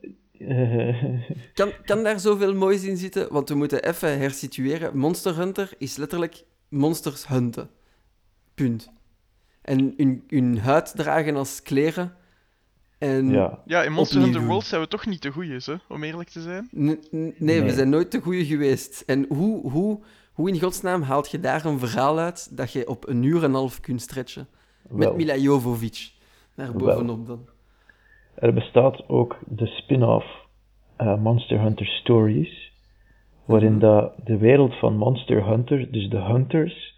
Kan daar zoveel moois in zitten? Want we moeten even hersitueren. Monster Hunter is letterlijk monsters hunten. Punt. En hun huid dragen als kleren. En ja, Ja, in Monster Opnieuw Hunter doen. World zijn we toch niet de goeie's, hè? Om eerlijk te zijn. Nee, Nee. we zijn nooit de goeie geweest. En hoe in godsnaam haalt je daar een verhaal uit dat je op 1 uur en een half kunt stretchen? Met wel. Mila Jovovich. Daar bovenop dan. Er bestaat ook de spin-off Monster Hunter Stories, waarin dat de wereld van Monster Hunter, dus de Hunters,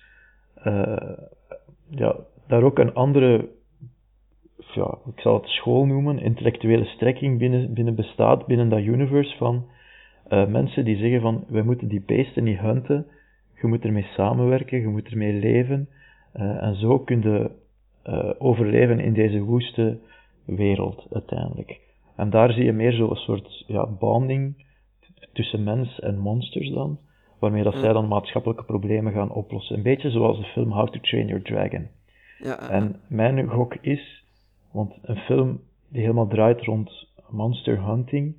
daar ook een andere, ik zal het school noemen, intellectuele strekking binnen bestaat, binnen dat universe van mensen die zeggen van, wij moeten die beesten niet hunten, je moet ermee samenwerken, je moet ermee leven, en zo kun je overleven in deze woeste wereld uiteindelijk. En daar zie je meer zo'n soort bonding tussen mens en monsters dan, waarmee dat zij dan maatschappelijke problemen gaan oplossen. Een beetje zoals de film How to Train Your Dragon. Ja, En mijn gok is, want een film die helemaal draait rond monster hunting,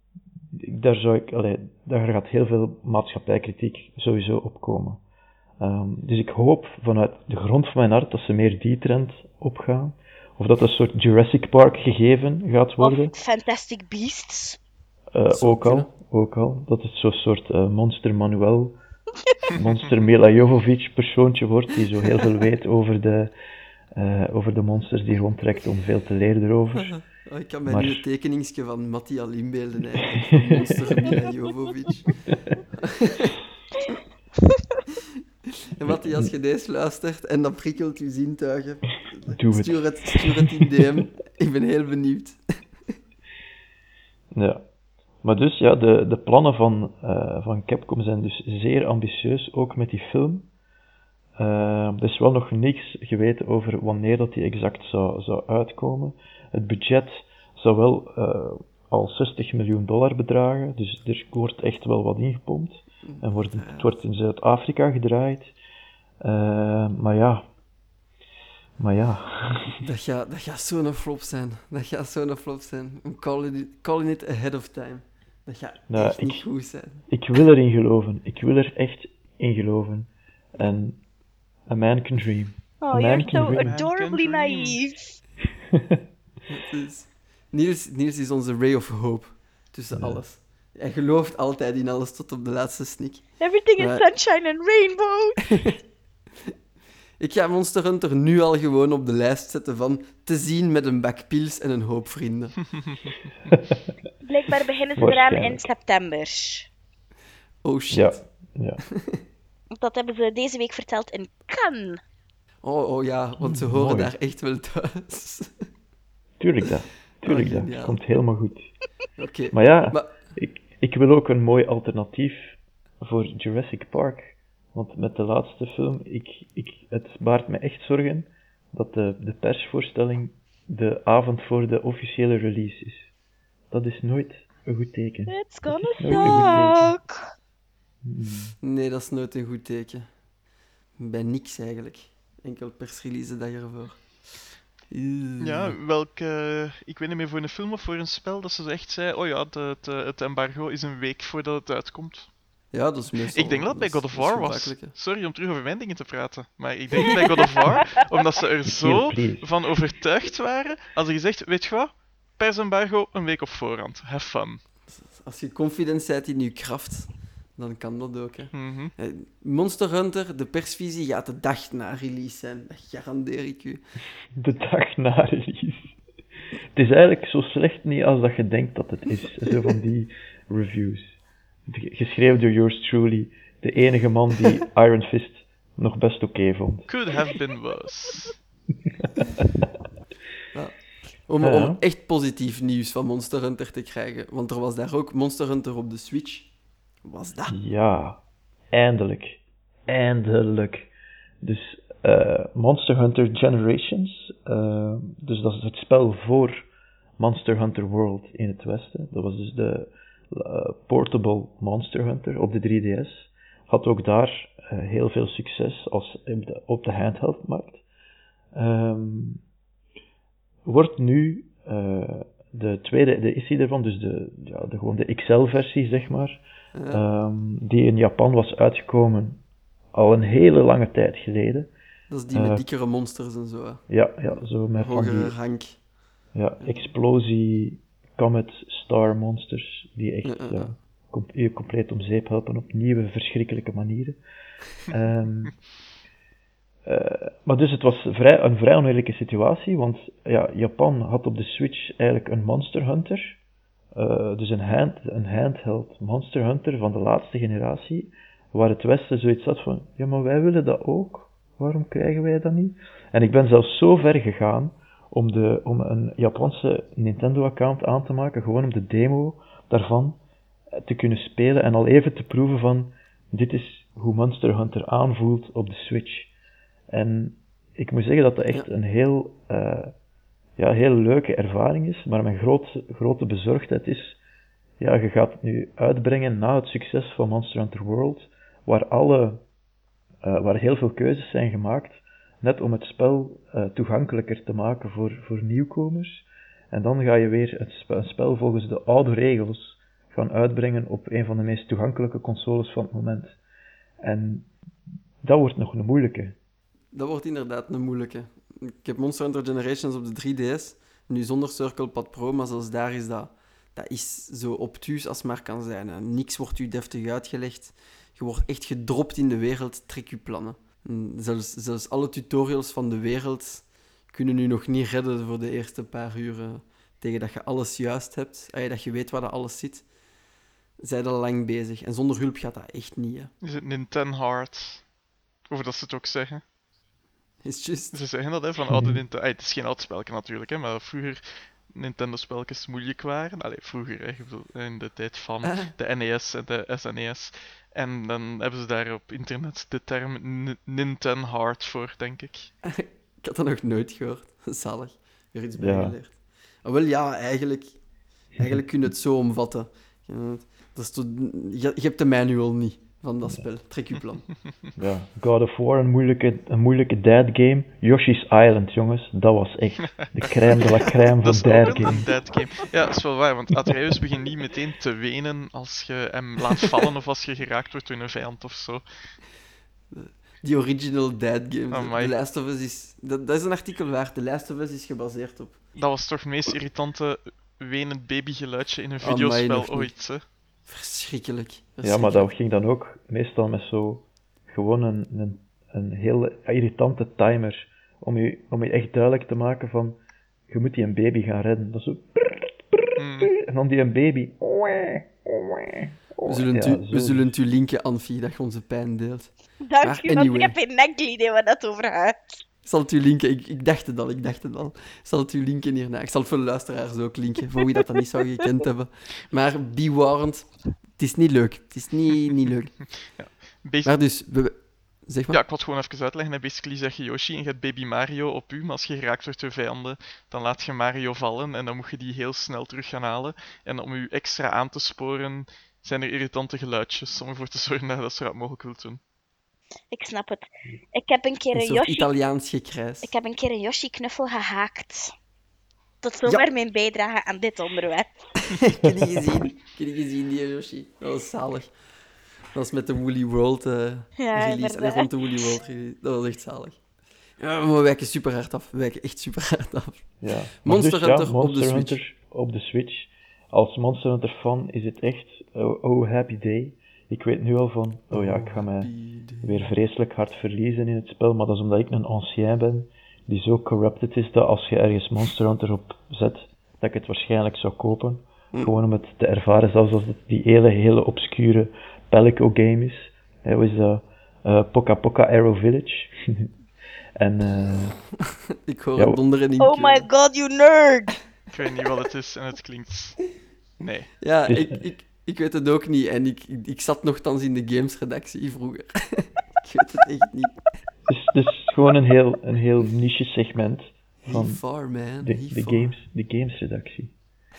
daar gaat heel veel maatschappijkritiek sowieso op komen. Dus ik hoop vanuit de grond van mijn hart dat ze meer die trend opgaan. Of dat een soort Jurassic Park gegeven gaat worden. Of Fantastic Beasts. zou Ook al. Dat het zo'n soort Monster Manuel, Monster Mila Jovovich persoontje wordt, die zo heel veel weet over de monsters die rondtrekt om veel te leren erover. Oh, ik kan mij Maar- nu het tekeningsje van Mattia al inbeelden, eigenlijk, van Monster Mila Jovovich. En Mattia, als je deze luistert en dat prikkelt je zintuigen, Doe het. stuur het in DM. Ik ben heel benieuwd. Ja. Maar dus, ja, de plannen van Capcom zijn dus zeer ambitieus, ook met die film. Er is wel nog niks geweten over wanneer dat die exact zou uitkomen. Het budget zou wel al $60 miljoen bedragen, dus er wordt echt wel wat ingepompt. En het wordt in Zuid-Afrika gedraaid. Maar ja. Dat gaat zo'n flop zijn. Dat gaat zo'n flop zijn. I'm calling it ahead of time. Dat gaat Nou, echt niet goed zijn. Ik wil erin geloven. Ik wil er echt in geloven. En a man can dream. Oh, A man you're can so dream. adorably Man can dream. naive. Dus Niels is onze ray of hope tussen alles. Hij gelooft altijd in alles tot op de laatste snik. Everything is Maar- sunshine and rainbow. Ik ga Monster Hunter nu al gewoon op de lijst zetten van te zien met een bak pils en een hoop vrienden. Blijkbaar beginnen ze eraan in Waarschijnlijk. september. Oh shit. Ja. Dat hebben ze deze week verteld in Cannes. Oh ja, want ze horen Mooi. daar echt wel thuis. Tuurlijk dat. Tuurlijk dat. geniaal. Komt helemaal goed. Oké. Maar ja, Maar- ik wil ook een mooi alternatief voor Jurassic Park. Want met de laatste film, het baart me echt zorgen dat de persvoorstelling de avond voor de officiële release is. Dat is nooit een goed teken. It's Dat gonna is nooit een goed teken. suck. Nee, dat is nooit een goed teken. Bij niks eigenlijk. Enkel persrelease de dag ervoor. Ja, ik weet niet meer voor een film of voor een spel, dat ze echt zei, oh ja, het embargo is een week voordat het uitkomt. Ja, dat is meestal... Ik denk dat het bij God of dat is War was. gebruikelijk, hè. Sorry om terug over mijn dingen te praten. Maar ik denk bij God of War, omdat ze er zo please. van overtuigd waren, als ze gezegd, weet je wat, persembargo een week op voorhand. Have fun. Als je confident bent in je kracht, dan kan dat ook. Hè. Mhm. Monster Hunter, de persvisie, gaat de dag na release zijn. Dat garandeer ik u. De dag na release. Het is eigenlijk zo slecht niet als dat je denkt dat het is. Zo van die reviews. Geschreven door yours truly, de enige man die Iron Fist nog best oké vond. Could have been worse. Om Ja. echt positief nieuws van Monster Hunter te krijgen. Want er was daar ook Monster Hunter op de Switch. Was dat? Ja, eindelijk. Eindelijk. Dus Monster Hunter Generations, dus dat is het spel voor Monster Hunter World in het Westen. Dat was dus de portable Monster Hunter op de 3DS. Had ook daar heel veel succes als op de handheldmarkt. Wordt nu de tweede editie ervan, dus gewoon de XL-versie, zeg maar, die in Japan was uitgekomen al een hele lange tijd geleden. Dat is die met dikkere monsters en zo. Hè. Ja, zo met van die Hogere rank. explosie, comet, star monsters, die echt je compleet om zeep helpen op nieuwe, verschrikkelijke manieren. Maar dus het was een vrij oneerlijke situatie, want ja, Japan had op de Switch eigenlijk een Monster Hunter, dus een handheld Monster Hunter van de laatste generatie, waar het Westen zoiets had van, ja, maar wij willen dat ook, waarom krijgen wij dat niet? En ik ben zelfs zo ver gegaan om een Japanse Nintendo-account aan te maken, gewoon om de demo daarvan te kunnen spelen en al even te proeven van, dit is hoe Monster Hunter aanvoelt op de Switch. En ik moet zeggen dat dat echt een heel leuke ervaring is, maar mijn grote bezorgdheid is, ja, je gaat het nu uitbrengen na het succes van Monster Hunter World, waar heel veel keuzes zijn gemaakt, net om het spel toegankelijker te maken voor nieuwkomers. En dan ga je weer een spel volgens de oude regels gaan uitbrengen op een van de meest toegankelijke consoles van het moment. En dat wordt nog een moeilijke. Dat wordt inderdaad een moeilijke. Ik heb Monster Hunter Generations op de 3DS, nu zonder Circle Pad Pro, maar zelfs daar is dat is zo obtuus als maar kan zijn. Hè. Niks wordt u deftig uitgelegd. Je wordt echt gedropt in de wereld, trek je plannen. En zelfs alle tutorials van de wereld kunnen u nog niet redden voor de eerste paar uur. tegen dat je alles juist hebt, dat je weet waar dat alles zit, zijn al lang bezig. En zonder hulp gaat dat echt niet, hè. Is het Nintendo Hard? Of dat ze het ook zeggen. Is juist. Ze zeggen dat, hè, van oude Nintendo... het is geen oud spelletje natuurlijk, hè, maar dat vroeger Nintendo-spelletjes moeilijk waren. Allee, vroeger, hè, ik bedoel, in de tijd van de NES en de SNES. En dan hebben ze daar op internet de term Nintendo Hard voor, denk ik. Ik had dat nog nooit gehoord. Zalig. Weer iets Ja. bijgeleerd. Wel ja, eigenlijk kun je het zo omvatten. Dat is je hebt de manual niet van dat spel. Trek je plan. Ja, God of War, een moeilijke dad game. Yoshi's Island, jongens, dat was echt de crème de la crème Dat van is ook dad een games. dead game. Ja, dat is wel waar, want Atreus begint niet meteen te wenen als je hem laat vallen of als je geraakt wordt door een vijand of zo. Die original dad games. Amai. The Last of Us is... Dat is een artikel waard. The Last of Us is gebaseerd op... Dat was toch het meest irritante wenend babygeluidje in een Amai, videospel nog niet. ooit, hè? Verschrikkelijk. Ja, maar dat ging dan ook meestal met zo gewoon een heel irritante timer om je echt duidelijk te maken van je moet die een baby gaan redden. Dat is zo en dan die een baby. We zullen het u linken, Anfie, dat je onze pijn deelt. Dank Maar u, want anyway. ik heb geen enkel idee waar dat over gaat. Ik zal het u linken. Ik dacht het al. Ik zal het u linken hierna. Ik zal het voor de luisteraars ook linken, voor wie dat niet zou gekend hebben. Maar be warned, het is niet leuk. Het is niet leuk. Maar dus, zeg maar. Ja, ik wil het gewoon even uitleggen. Hè. Basically zeg je Yoshi en je hebt baby Mario op u, maar als je geraakt wordt door vijanden, dan laat je Mario vallen en dan moet je die heel snel terug gaan halen. En om u extra aan te sporen, zijn er irritante geluidjes om ervoor te zorgen dat je dat zo rap mogelijk wilt doen. Ik snap het. Ik heb een keer Een een soort Yoshi... Italiaans gekrijs. Ik heb een keer een Yoshi-knuffel gehaakt. Tot zover mijn bijdrage aan dit onderwerp. Ik heb die gezien, die Yoshi. Dat was zalig. Dat was met de Woolly World Ja, release. inderdaad. En rond de Woolly World release. Dat was echt zalig. Ja, maar we wijken super hard af. We wijken echt super hard af. Ja. Maar Monster dus, Hunter op de Monster Switch. Hunter op de Switch. Als Monster Hunter fan is het echt happy day. Ik weet nu al van, ik ga mij weer vreselijk hard verliezen in het spel, maar dat is omdat ik een ancien ben, die zo corrupted is dat als je ergens Monster Hunter op zet, dat ik het waarschijnlijk zou kopen. Gewoon om het te ervaren, zelfs als het die hele obscure Palico game is. Hoe is dat? Poca Poca Arrow Village. En Ik hoor Ja, het donderen in. Oh my god, you nerd! Ik weet niet wat het is en het klinkt... Nee. Ja, Dus- ik weet het ook niet. En ik zat nogthans in de gamesredactie vroeger. Ik weet het echt niet. het is gewoon een heel niche segment van He far, man. de gamesredactie.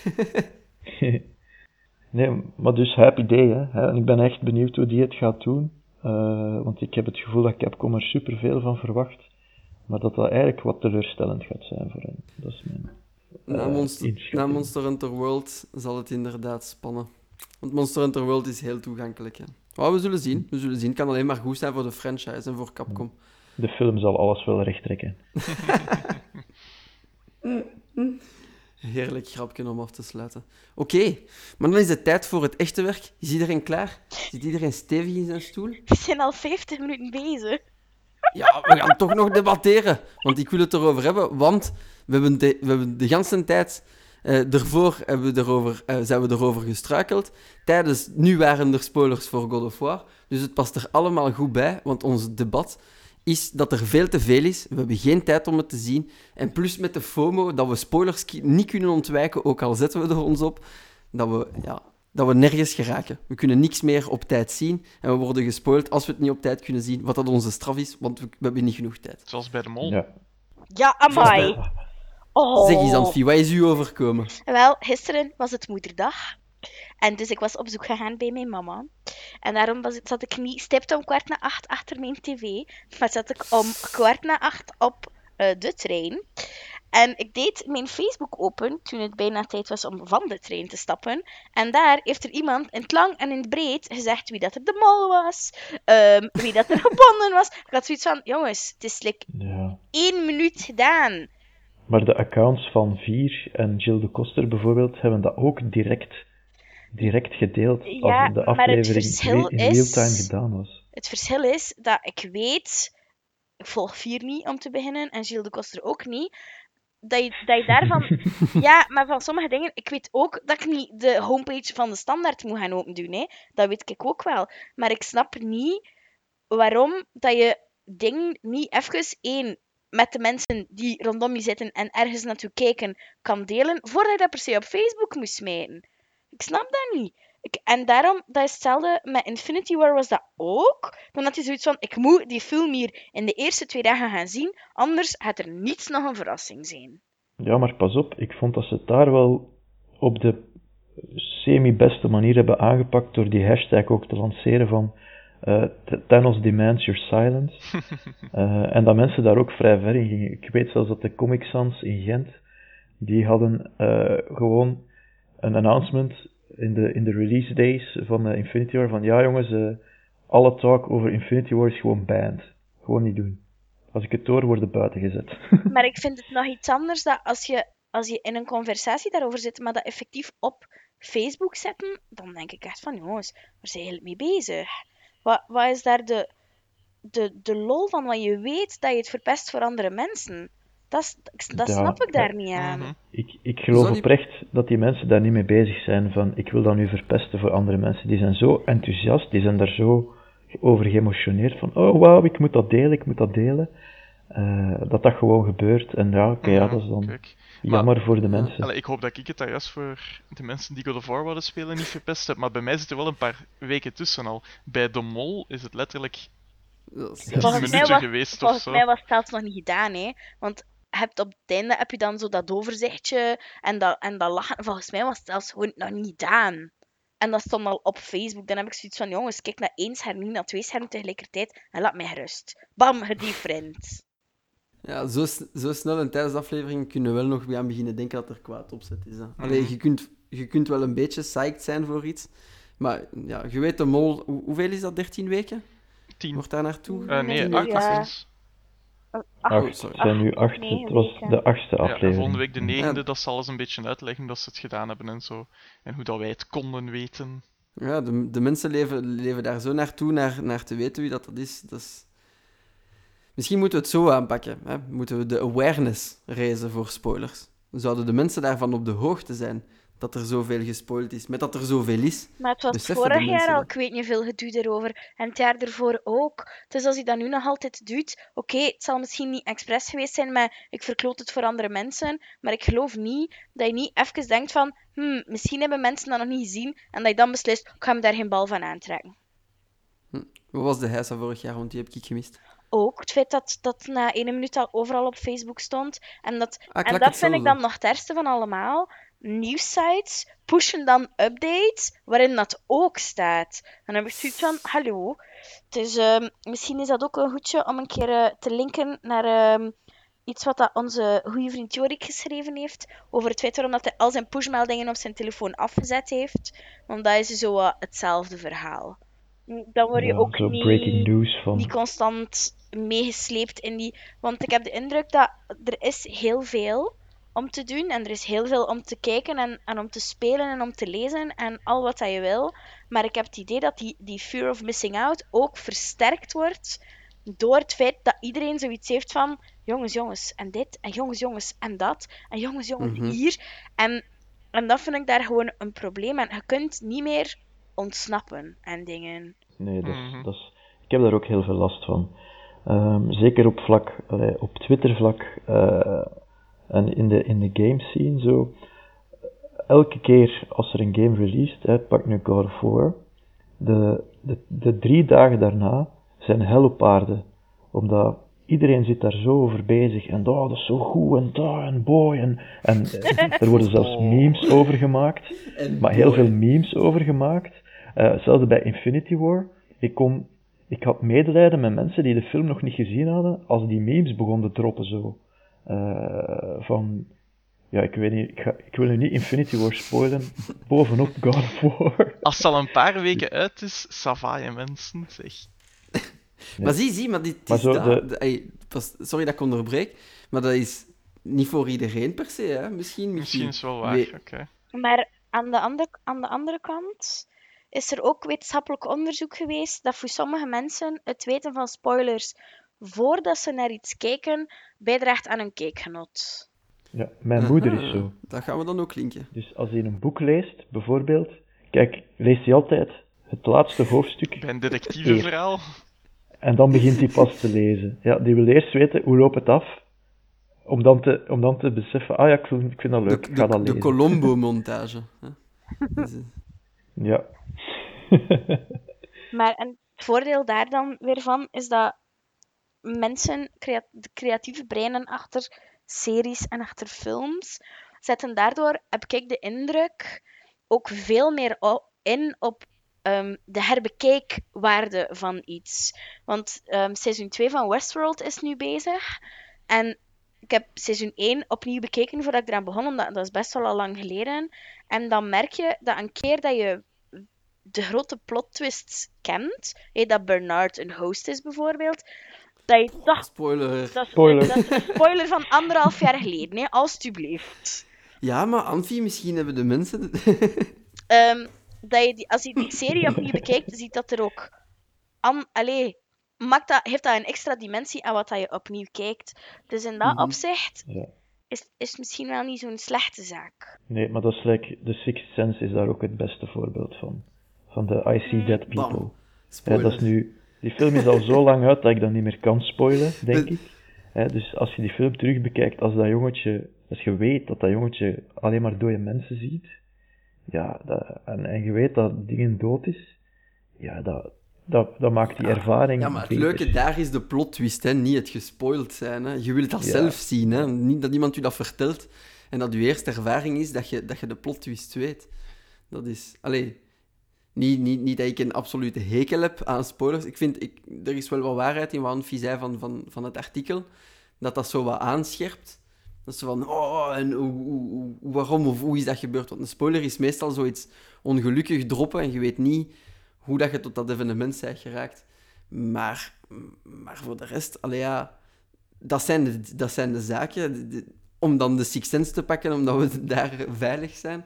Nee, maar dus happy day, hè. En ik ben echt benieuwd hoe die het gaat doen. Want ik heb het gevoel dat Capcom er superveel van verwacht. Maar dat eigenlijk wat teleurstellend gaat zijn voor hen. Dat is mijn Na inschatting. Monster Hunter World zal het inderdaad spannen. Want Monster Hunter World is heel toegankelijk. Hè. Maar we zullen zien. Het kan alleen maar goed zijn voor de franchise en voor Capcom. De film zal alles wel recht trekken. Heerlijk grapje om af te sluiten. Oké, maar dan is het tijd voor het echte werk. Is iedereen klaar? Zit iedereen stevig in zijn stoel? We zijn al 50 minuten bezig. Ja, we gaan toch nog debatteren. Want ik wil het erover hebben, want we hebben de ganse tijd... daarvoor zijn we erover gestruikeld. Nu waren er spoilers voor God of War. Dus het past er allemaal goed bij, want ons debat is dat er veel te veel is. We hebben geen tijd om het te zien. En plus met de FOMO, dat we spoilers niet kunnen ontwijken, ook al zetten we er ons op, dat we nergens geraken. We kunnen niks meer op tijd zien en we worden gespoild als we het niet op tijd kunnen zien, wat dat onze straf is, want we hebben niet genoeg tijd. Zoals bij de mol. Ja. Ja, amai. Oh. Zeg eens, Anfie, wat is u overkomen? Wel, gisteren was het moederdag. En dus ik was op zoek gegaan bij mijn mama. En daarom zat ik niet stipt om 7:15 achter mijn tv. Maar zat ik om 7:15 op de trein. En ik deed mijn Facebook open toen het bijna tijd was om van de trein te stappen. En daar heeft er iemand in het lang en in het breed gezegd wie dat er de mol was. Wie dat er gebonden was. Ik had zoiets van, jongens, het is Ja. 1 minuut gedaan. Maar de accounts van Vier en Jill de Koster bijvoorbeeld hebben dat ook direct gedeeld Ja, als de maar het aflevering verschil in is- real-time gedaan was. Het verschil is dat ik weet... Ik volg 4 niet, om te beginnen. En Gilles de Koster ook niet. dat je daarvan... Ja, maar van sommige dingen... Ik weet ook dat ik niet de homepage van de Standaard moet gaan open doen, hè. Dat weet ik ook wel. Maar ik snap niet waarom dat je dingen niet even met de mensen die rondom je zitten en ergens naartoe kijken kan delen, voordat je dat per se op Facebook moet smijten. Ik snap dat niet. En daarom, dat is hetzelfde met Infinity War was dat ook. Dan had je zoiets van, ik moet die film hier in de eerste 2 dagen gaan zien, anders gaat er niets nog een verrassing zijn. Ja, maar pas op, ik vond dat ze het daar wel op de semi-beste manier hebben aangepakt door die hashtag ook te lanceren van Thanos demands your silence. En dat mensen daar ook vrij ver in gingen. Ik weet zelfs dat de Comic Sans in Gent, die hadden gewoon een announcement in de release days van Infinity War van ja jongens, alle talk over Infinity War is gewoon banned. Gewoon niet doen. Als ik het hoor, worden buiten gezet. Maar ik vind het nog iets anders dat als je in een conversatie daarover zit, maar dat effectief op Facebook zetten, dan denk ik echt van, jongens, waar zijn jullie mee bezig? Wat is daar de lol van? Want je weet dat je het verpest voor andere mensen. Dat Ja, snap ik daar niet aan. Mhm. Ik geloof Zou die- oprecht dat die mensen daar niet mee bezig zijn van ik wil dat nu verpesten voor andere mensen. Die zijn zo enthousiast, die zijn daar zo over geëmotioneerd van oh wauw, ik moet dat delen. Dat dat gewoon gebeurt. En ja, oké, ja, dat is dan Kijk. jammer voor de mensen. Allee, ik hoop dat ik het daar juist voor de mensen die God of War wilden spelen niet verpest heb, maar bij mij zitten wel een paar weken tussen al. Bij De Mol is het letterlijk Dat is- Ja. 10 Volgens minuten geweest of Volgens zo. mij was het zelfs nog niet gedaan, hè. Want op het einde heb je dan zo dat overzichtje en dat lachen. Volgens mij was het zelfs gewoon nog niet gedaan. En dat stond al op Facebook. Dan heb ik zoiets van, jongens, kijk naar 1 scherm, niet naar 2 schermen tegelijkertijd en laat mij gerust. Bam, gediefriend. Ja, zo snel en tijdens de aflevering kunnen we wel nog weer aan beginnen denken dat er kwaad opzet is. Hè. Allee, je kunt wel een beetje psyched zijn voor iets, maar ja, je weet de mol... hoeveel is dat? 13 weken? 10. Wordt daar naartoe? Nee, 10 8 weken, ja. zelfs. 8, sorry. het zijn nu 8, 9 het was weken. de 8e Ja, en aflevering. volgende week de 9e, Ja. dat zal eens een beetje uitleggen dat ze het gedaan hebben en zo. En hoe dat wij het konden weten. Ja, de mensen leven daar zo naartoe, naar te weten wie dat is. Dat is... Misschien moeten we het zo aanpakken. Hè? Moeten we de awareness raisen voor spoilers. Zouden de mensen daarvan op de hoogte zijn dat er zoveel gespoild is, met dat er zoveel is? Maar het was Beseffen de vorig jaar mensen al, dat? ik weet niet veel gedoe erover. En het jaar ervoor ook. Dus als hij dat nu nog altijd doet, oké, het zal misschien niet expres geweest zijn, maar ik verkloot het voor andere mensen. Maar ik geloof niet dat je niet even denkt van, misschien hebben mensen dat nog niet gezien. En dat je dan beslist, ik ga me daar geen bal van aantrekken. Wat was de heisa vorig jaar, want die heb ik gemist. Ook het feit dat na 1 minuut al overal op Facebook stond. En dat klak vind ik hetzelfde. dan nog het ergste van allemaal. Nieuwsites pushen dan updates waarin dat ook staat. Dan heb ik zoiets van, hallo. Dus misschien is dat ook een goedje om een keer te linken naar iets wat dat onze goede vriend Jorik geschreven heeft. Over het feit waarom dat hij al zijn pushmeldingen op zijn telefoon afgezet heeft. Want dat is zo hetzelfde verhaal. Dan word je Ja, ook zo breaking news van... niet constant meegesleept in die... Want ik heb de indruk dat er is heel veel om te doen en er is heel veel om te kijken en om te spelen en om te lezen en al wat dat je wil. Maar ik heb het idee dat die fear of missing out ook versterkt wordt door het feit dat iedereen zoiets heeft van jongens, en dit, en jongens, en dat, en jongens, hier. En dat vind ik daar gewoon een probleem. En je kunt niet meer ontsnappen aan dingen. Nee, Mhm. ik heb daar ook heel veel last van. Zeker op Twitter-vlak en in de game scene zo. Elke keer als er een game released, pak nu God of War, de 3 dagen daarna zijn hel op aarde. Omdat iedereen zit daar zo over bezig en dat is zo goed en dat en boy en er worden zelfs memes over gemaakt. Maar heel veel memes over gemaakt. Zelfs bij Infinity War. Ik had medelijden met mensen die de film nog niet gezien hadden, als die memes begonnen te droppen zo. Van, ja, ik weet niet, ik wil nu niet Infinity War spoilen, bovenop God of War. Als het al een paar weken uit is, savaaien mensen, zeg. Ja. Maar zie, maar dit Maar is zo sorry dat ik onderbreek, maar dat is niet voor iedereen per se, hè? Misschien is wel waar, Nee. oké. Maar aan de andere kant is er ook wetenschappelijk onderzoek geweest dat voor sommige mensen het weten van spoilers voordat ze naar iets kijken bijdraagt aan hun kijkgenot. Ja, mijn moeder is zo. Dat gaan we dan ook linken. Dus als hij een boek leest, bijvoorbeeld, kijk, leest hij altijd het laatste hoofdstuk Bij een detectiveverhaal. en dan begint hij pas te lezen. Ja, die wil eerst weten hoe loopt het af, om dan te beseffen, ah ja, ik vind dat leuk, ik ga dat De lezen. Colombo-montage. hè. Dus, Ja. Maar en het voordeel daar dan weer van is dat mensen, de creatieve breinen achter series en achter films, zetten daardoor, heb ik de indruk, ook veel meer in op de herbekijkwaarde van iets. Want seizoen 2 van Westworld is nu bezig. En ik heb seizoen 1 opnieuw bekeken voordat ik eraan begon, omdat dat is best wel al lang geleden. En dan merk je dat een keer dat je de grote plot twists kent, dat Bernard een host is bijvoorbeeld, dat je toch... spoiler. Spoiler. Dat is een spoiler van 1,5 jaar geleden, hè, alstublieft. Ja, maar Anfie, misschien hebben de mensen... Dat je als je die serie opnieuw bekijkt, ziet dat er ook... heeft dat een extra dimensie aan wat dat je opnieuw kijkt. Dus in dat opzicht Ja. is het misschien wel niet zo'n slechte zaak. Nee, maar dat is The Sixth Sense is daar ook het beste voorbeeld van. Van de I See Dead People. Bam. Ja, Spoiler. dat is nu... Die film is al zo lang uit dat ik dat niet meer kan spoilen, denk ik. Dus als je die film terug bekijkt, als je weet dat dat jongetje alleen maar dode mensen ziet, ja, en je weet dat dingen dood is, ja, dat maakt die ervaring Ja, maar het beter. leuke daar is de plot twist, hè? Niet het gespoild zijn. Hè? Je wilt dat Ja. zelf zien, hè? Niet dat iemand je dat vertelt en dat je eerste ervaring is dat je de plot twist weet. Dat is... Allee, niet dat ik een absolute hekel heb aan spoilers. Ik vind, er is wel wat waarheid in wat Anfie zei van het artikel, dat zo wat aanscherpt. Dat ze van, en waarom of hoe is dat gebeurd? Want een spoiler is meestal zoiets ongelukkig droppen en je weet niet hoe dat je tot dat evenement bent geraakt. Maar voor de rest, allee ja, dat zijn de zaken. Om dan de Sixth Sense te pakken, omdat we daar veilig zijn.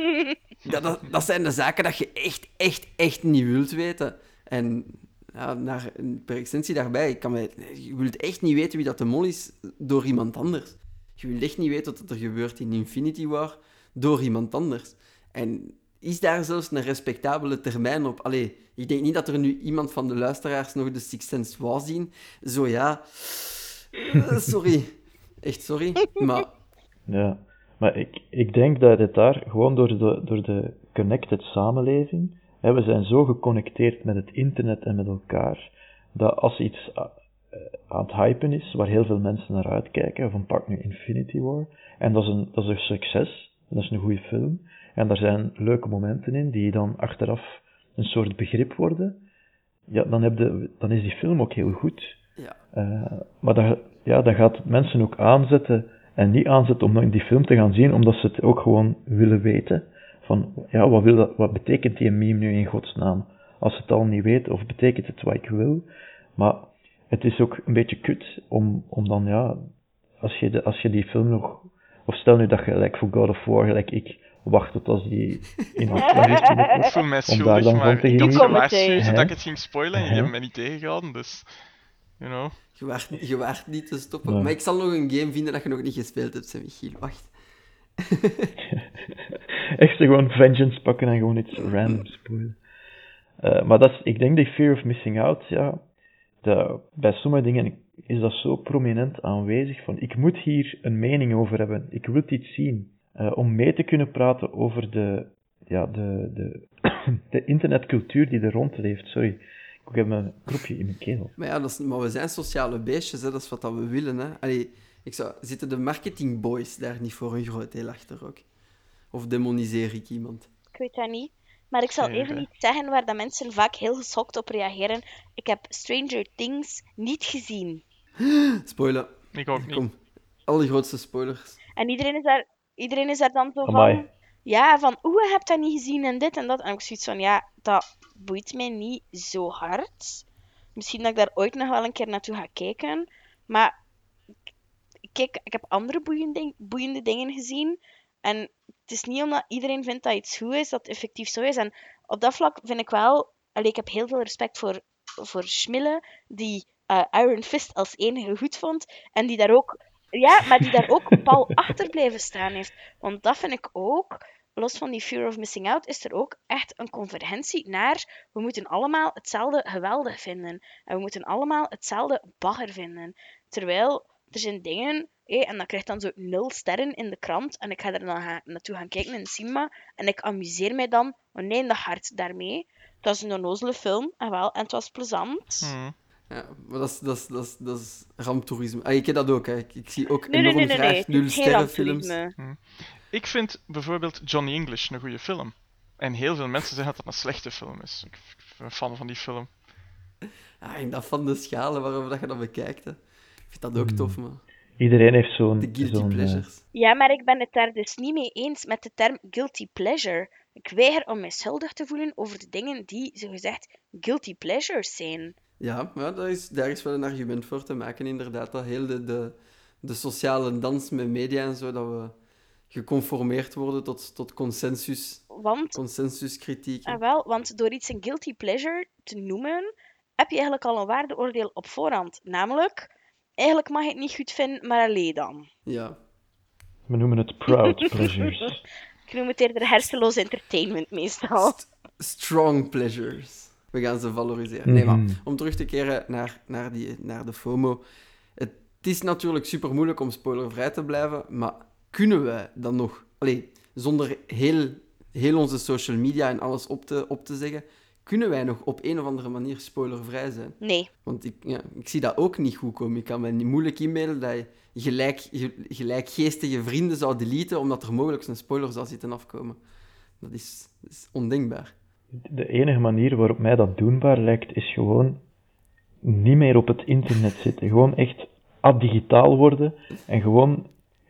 Dat zijn de zaken dat je echt niet wilt weten. En ja, per extensie daarbij, je wilt echt niet weten wie dat de mol is door iemand anders. Je wilt echt niet weten wat er gebeurt in Infinity War door iemand anders. En is daar zelfs een respectabele termijn op? Allee, ik denk niet dat er nu iemand van de luisteraars nog de Sixth Sense wou zien. Zo ja... sorry. Echt sorry. Maar... Ja, maar ik denk dat het daar gewoon door de connected samenleving, we zijn zo geconnecteerd met het internet en met elkaar, dat als iets aan het hypen is, waar heel veel mensen naar uitkijken, van pak nu Infinity War, en dat is een succes, dat is een goede film, en daar zijn leuke momenten in, die dan achteraf een soort begrip worden, ja, dan is die film ook heel goed. Ja. Maar dat gaat mensen ook aanzetten, en niet aanzetten om die film te gaan zien, omdat ze het ook gewoon willen weten. Van, ja, wat betekent die meme nu in godsnaam? Als ze het al niet weten, of betekent het wat ik wil? Maar het is ook een beetje kut om dan, ja, als je die film nog... Of stel nu dat je, like voor God of War, gelijk ik, wacht tot als die in aflevering binnenkomt. Ik voel mij Om daar schuldig, dan van maar te ik had genieten. gewaarschuwd Hè? dat ik het ging spoilen en je Hè? hebt me niet tegengehouden, dus... You know. Je waart niet te stoppen. Nee. Maar ik zal nog een game vinden dat je nog niet gespeeld hebt, Michiel. Wacht. Echt gewoon vengeance pakken en gewoon iets random spoilen. Maar ik denk die fear of missing out, ja, bij sommige dingen is dat zo prominent aanwezig van, ik moet hier een mening over hebben, ik wil iets zien. Om mee te kunnen praten over de internetcultuur die er rondleeft. Sorry, ik heb een kropje in mijn keel. Maar ja, maar we zijn sociale beestjes, hè. Dat is wat dat we willen. Hè. Allee, zitten de marketingboys daar niet voor een groot deel achter ook? Of demoniseer ik iemand? Ik weet dat niet. Maar ik zal Geen even idee. iets zeggen waar dat mensen vaak heel geschokt op reageren. Ik heb Stranger Things niet gezien. Spoiler. Ik ook niet. Kom. Allergrootste spoilers. En iedereen is daar dan zo Amai. van... Ja, van, je hebt dat niet gezien en dit en dat. En ik zoiets van, ja, dat boeit mij niet zo hard. Misschien dat ik daar ooit nog wel een keer naartoe ga kijken. Maar kijk, ik heb andere boeiende dingen gezien. En het is niet omdat iedereen vindt dat iets goed is, dat het effectief zo is. En op dat vlak vind ik wel... ik heb heel veel respect voor Schmille, die Iron Fist als enige goed vond. En die daar ook Ja, maar die daar ook pal achter blijven staan heeft. Want dat vind ik ook, los van die fear of missing out, is er ook echt een convergentie naar we moeten allemaal hetzelfde geweldig vinden. En we moeten allemaal hetzelfde bagger vinden. Terwijl er zijn dingen, en dat krijgt dan zo 0 sterren in de krant, en ik ga er dan naartoe gaan kijken in het cinema, en ik amuseer mij dan oneindig hard daarmee. Het was een onnozele film, en het was plezant. Ja, maar dat is ramptoerisme. Ik heb dat ook, hè. Ik zie ook Nee, enorm het graag is 0 geen sterrenfilms. ramptoerisme. Ik vind bijvoorbeeld Johnny English een goede film. En heel veel mensen zeggen dat dat een slechte film is. Ik ben een fan van die film. En dat van de schalen waarop dat je dat bekijkt, hè. Ik vind dat ook tof, man. Iedereen heeft zo'n... De guilty zo'n, pleasures. Ja, maar ik ben het daar dus niet mee eens met de term guilty pleasure. Ik weiger om mij schuldig te voelen over de dingen die, zogezegd, guilty pleasures zijn. Ja, maar daar is wel een argument voor te maken, inderdaad. Dat heel de sociale dans met media en zo, dat we geconformeerd worden tot consensuskritiek. Want door iets een guilty pleasure te noemen, heb je eigenlijk al een waardeoordeel op voorhand. Namelijk, eigenlijk mag je het niet goed vinden, maar alleen dan. Ja. We noemen het proud pleasures. Ik noem het eerder hersenloos entertainment meestal. Strong pleasures. We gaan ze valoriseren. Nee, maar om terug te keren naar de FOMO. Het is natuurlijk super moeilijk om spoilervrij te blijven, maar kunnen we dan nog, zonder heel onze social media en alles op te zeggen, kunnen wij nog op een of andere manier spoilervrij zijn? Nee. Want ik zie dat ook niet goed komen. Ik kan me niet moeilijk inbeelden dat je gelijkgeestige vrienden zou deleten omdat er mogelijk een spoiler zou zitten afkomen. Dat is ondenkbaar. De enige manier waarop mij dat doenbaar lijkt, is gewoon niet meer op het internet zitten. Gewoon echt adigitaal worden en gewoon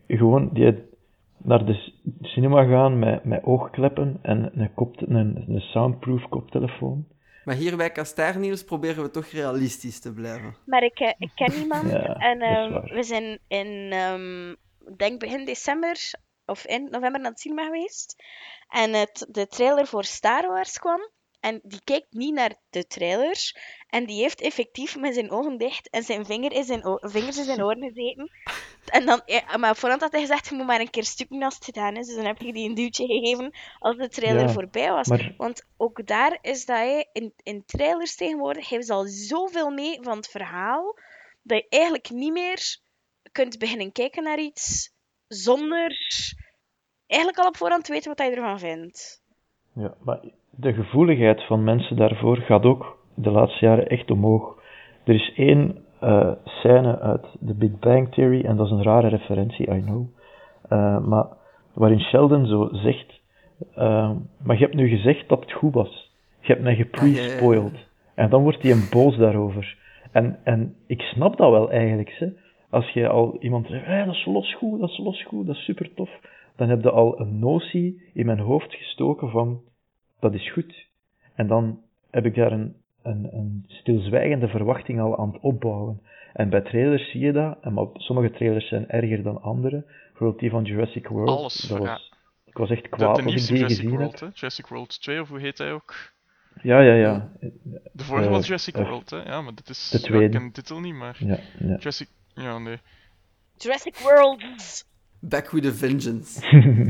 naar de cinema gaan met oogkleppen en een soundproof koptelefoon. Maar hier bij Kastaarnieuws proberen we toch realistisch te blijven. Maar ik ken iemand en dat is waar. we zijn in, denk begin december of eind november naar het cinema geweest. En de trailer voor Star Wars kwam. En die kijkt niet naar de trailers. En die heeft effectief met zijn ogen dicht en zijn vingers in zijn oren gezeten. En dan, maar voorhand had hij gezegd, je moet maar een keer stukken als het gedaan is. Dus dan heb je die een duwtje gegeven als de trailer voorbij was. Maar... Want ook daar is dat hij in trailers tegenwoordig, hij is al zoveel mee van het verhaal, dat je eigenlijk niet meer kunt beginnen kijken naar iets zonder eigenlijk al op voorhand te weten wat hij ervan vindt. Ja, maar de gevoeligheid van mensen daarvoor gaat ook de laatste jaren echt omhoog. Er is één scène uit The Big Bang Theory, en dat is een rare referentie, I know, maar waarin Sheldon zo zegt, maar je hebt nu gezegd dat het goed was. Je hebt mij gepre-spoiled. En dan wordt hij een boos daarover. En ik snap dat wel eigenlijk, hè. Als je al iemand zegt, dat is losgoed, dat is super tof, dan heb je al een notie in mijn hoofd gestoken van, dat is goed. En dan heb ik daar een stilzwijgende verwachting al aan het opbouwen. En bij trailers zie je dat, maar sommige trailers zijn erger dan andere. Bijvoorbeeld die van Jurassic World. Alles, ik was echt kwaad als ik die gezien World, heb. Jurassic World 2, of hoe heet hij ook? Ja. De vorige was Jurassic World, hè? Ja, maar dat is... De tweede. Ik ken de titel niet, maar... Ja. Jurassic... Ja, nee. Jurassic World! Back with a vengeance.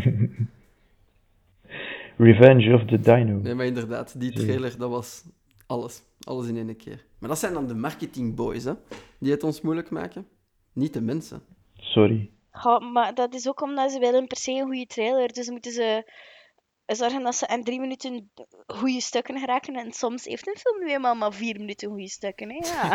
Revenge of the Dino. Nee, maar inderdaad, die trailer, dat was alles. Alles in één keer. Maar dat zijn dan de marketingboys, hè? Die het ons moeilijk maken. Niet de mensen. Sorry. Maar dat is ook omdat ze willen per se een goede trailer. Dus moeten ze zorgen dat ze in 3 minuten goede stukken geraken. En soms heeft een film nu eenmaal maar 4 minuten goede stukken, hè? Ja.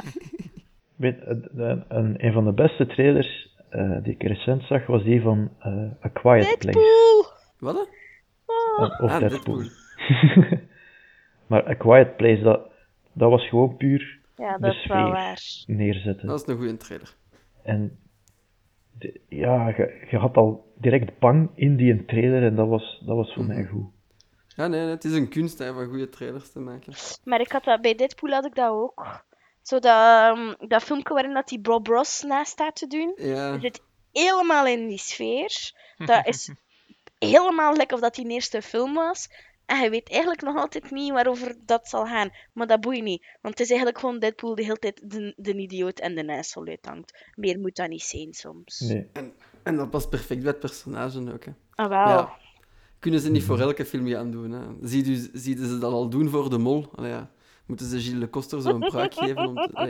Een van de beste trailers die ik recent zag, was die van A Quiet Place. Deadpool! Wat? Of Deadpool. Maar A Quiet Place, dat was gewoon puur Ja, de dat is wel sfeer waar. neerzetten. Dat is een goede trailer. En je had al direct bang in die trailer en dat was voor mij goed. Ja, nee, het is een kunst hè, van goede trailers te maken. Maar ik had dat, bij Deadpool had ik dat ook. Zo dat filmpje waarin dat die Bob Ross naast staat te doen. Ja. Je zit helemaal in die sfeer. Dat is helemaal lekker of dat die eerste film was. En je weet eigenlijk nog altijd niet waarover dat zal gaan. Maar dat boeit niet. Want het is eigenlijk gewoon Deadpool die de hele tijd de idioot en de asshole uithangt. Meer moet dat niet zijn soms. Nee. En dat past perfect bij het personage ook, hè. Ah, wel. Ja. Kunnen ze niet voor elke film gaan doen, hè. Zie je ze dat al doen voor de mol? Allee, ja. Moeten ze Gilles de Koster zo'n pruik geven?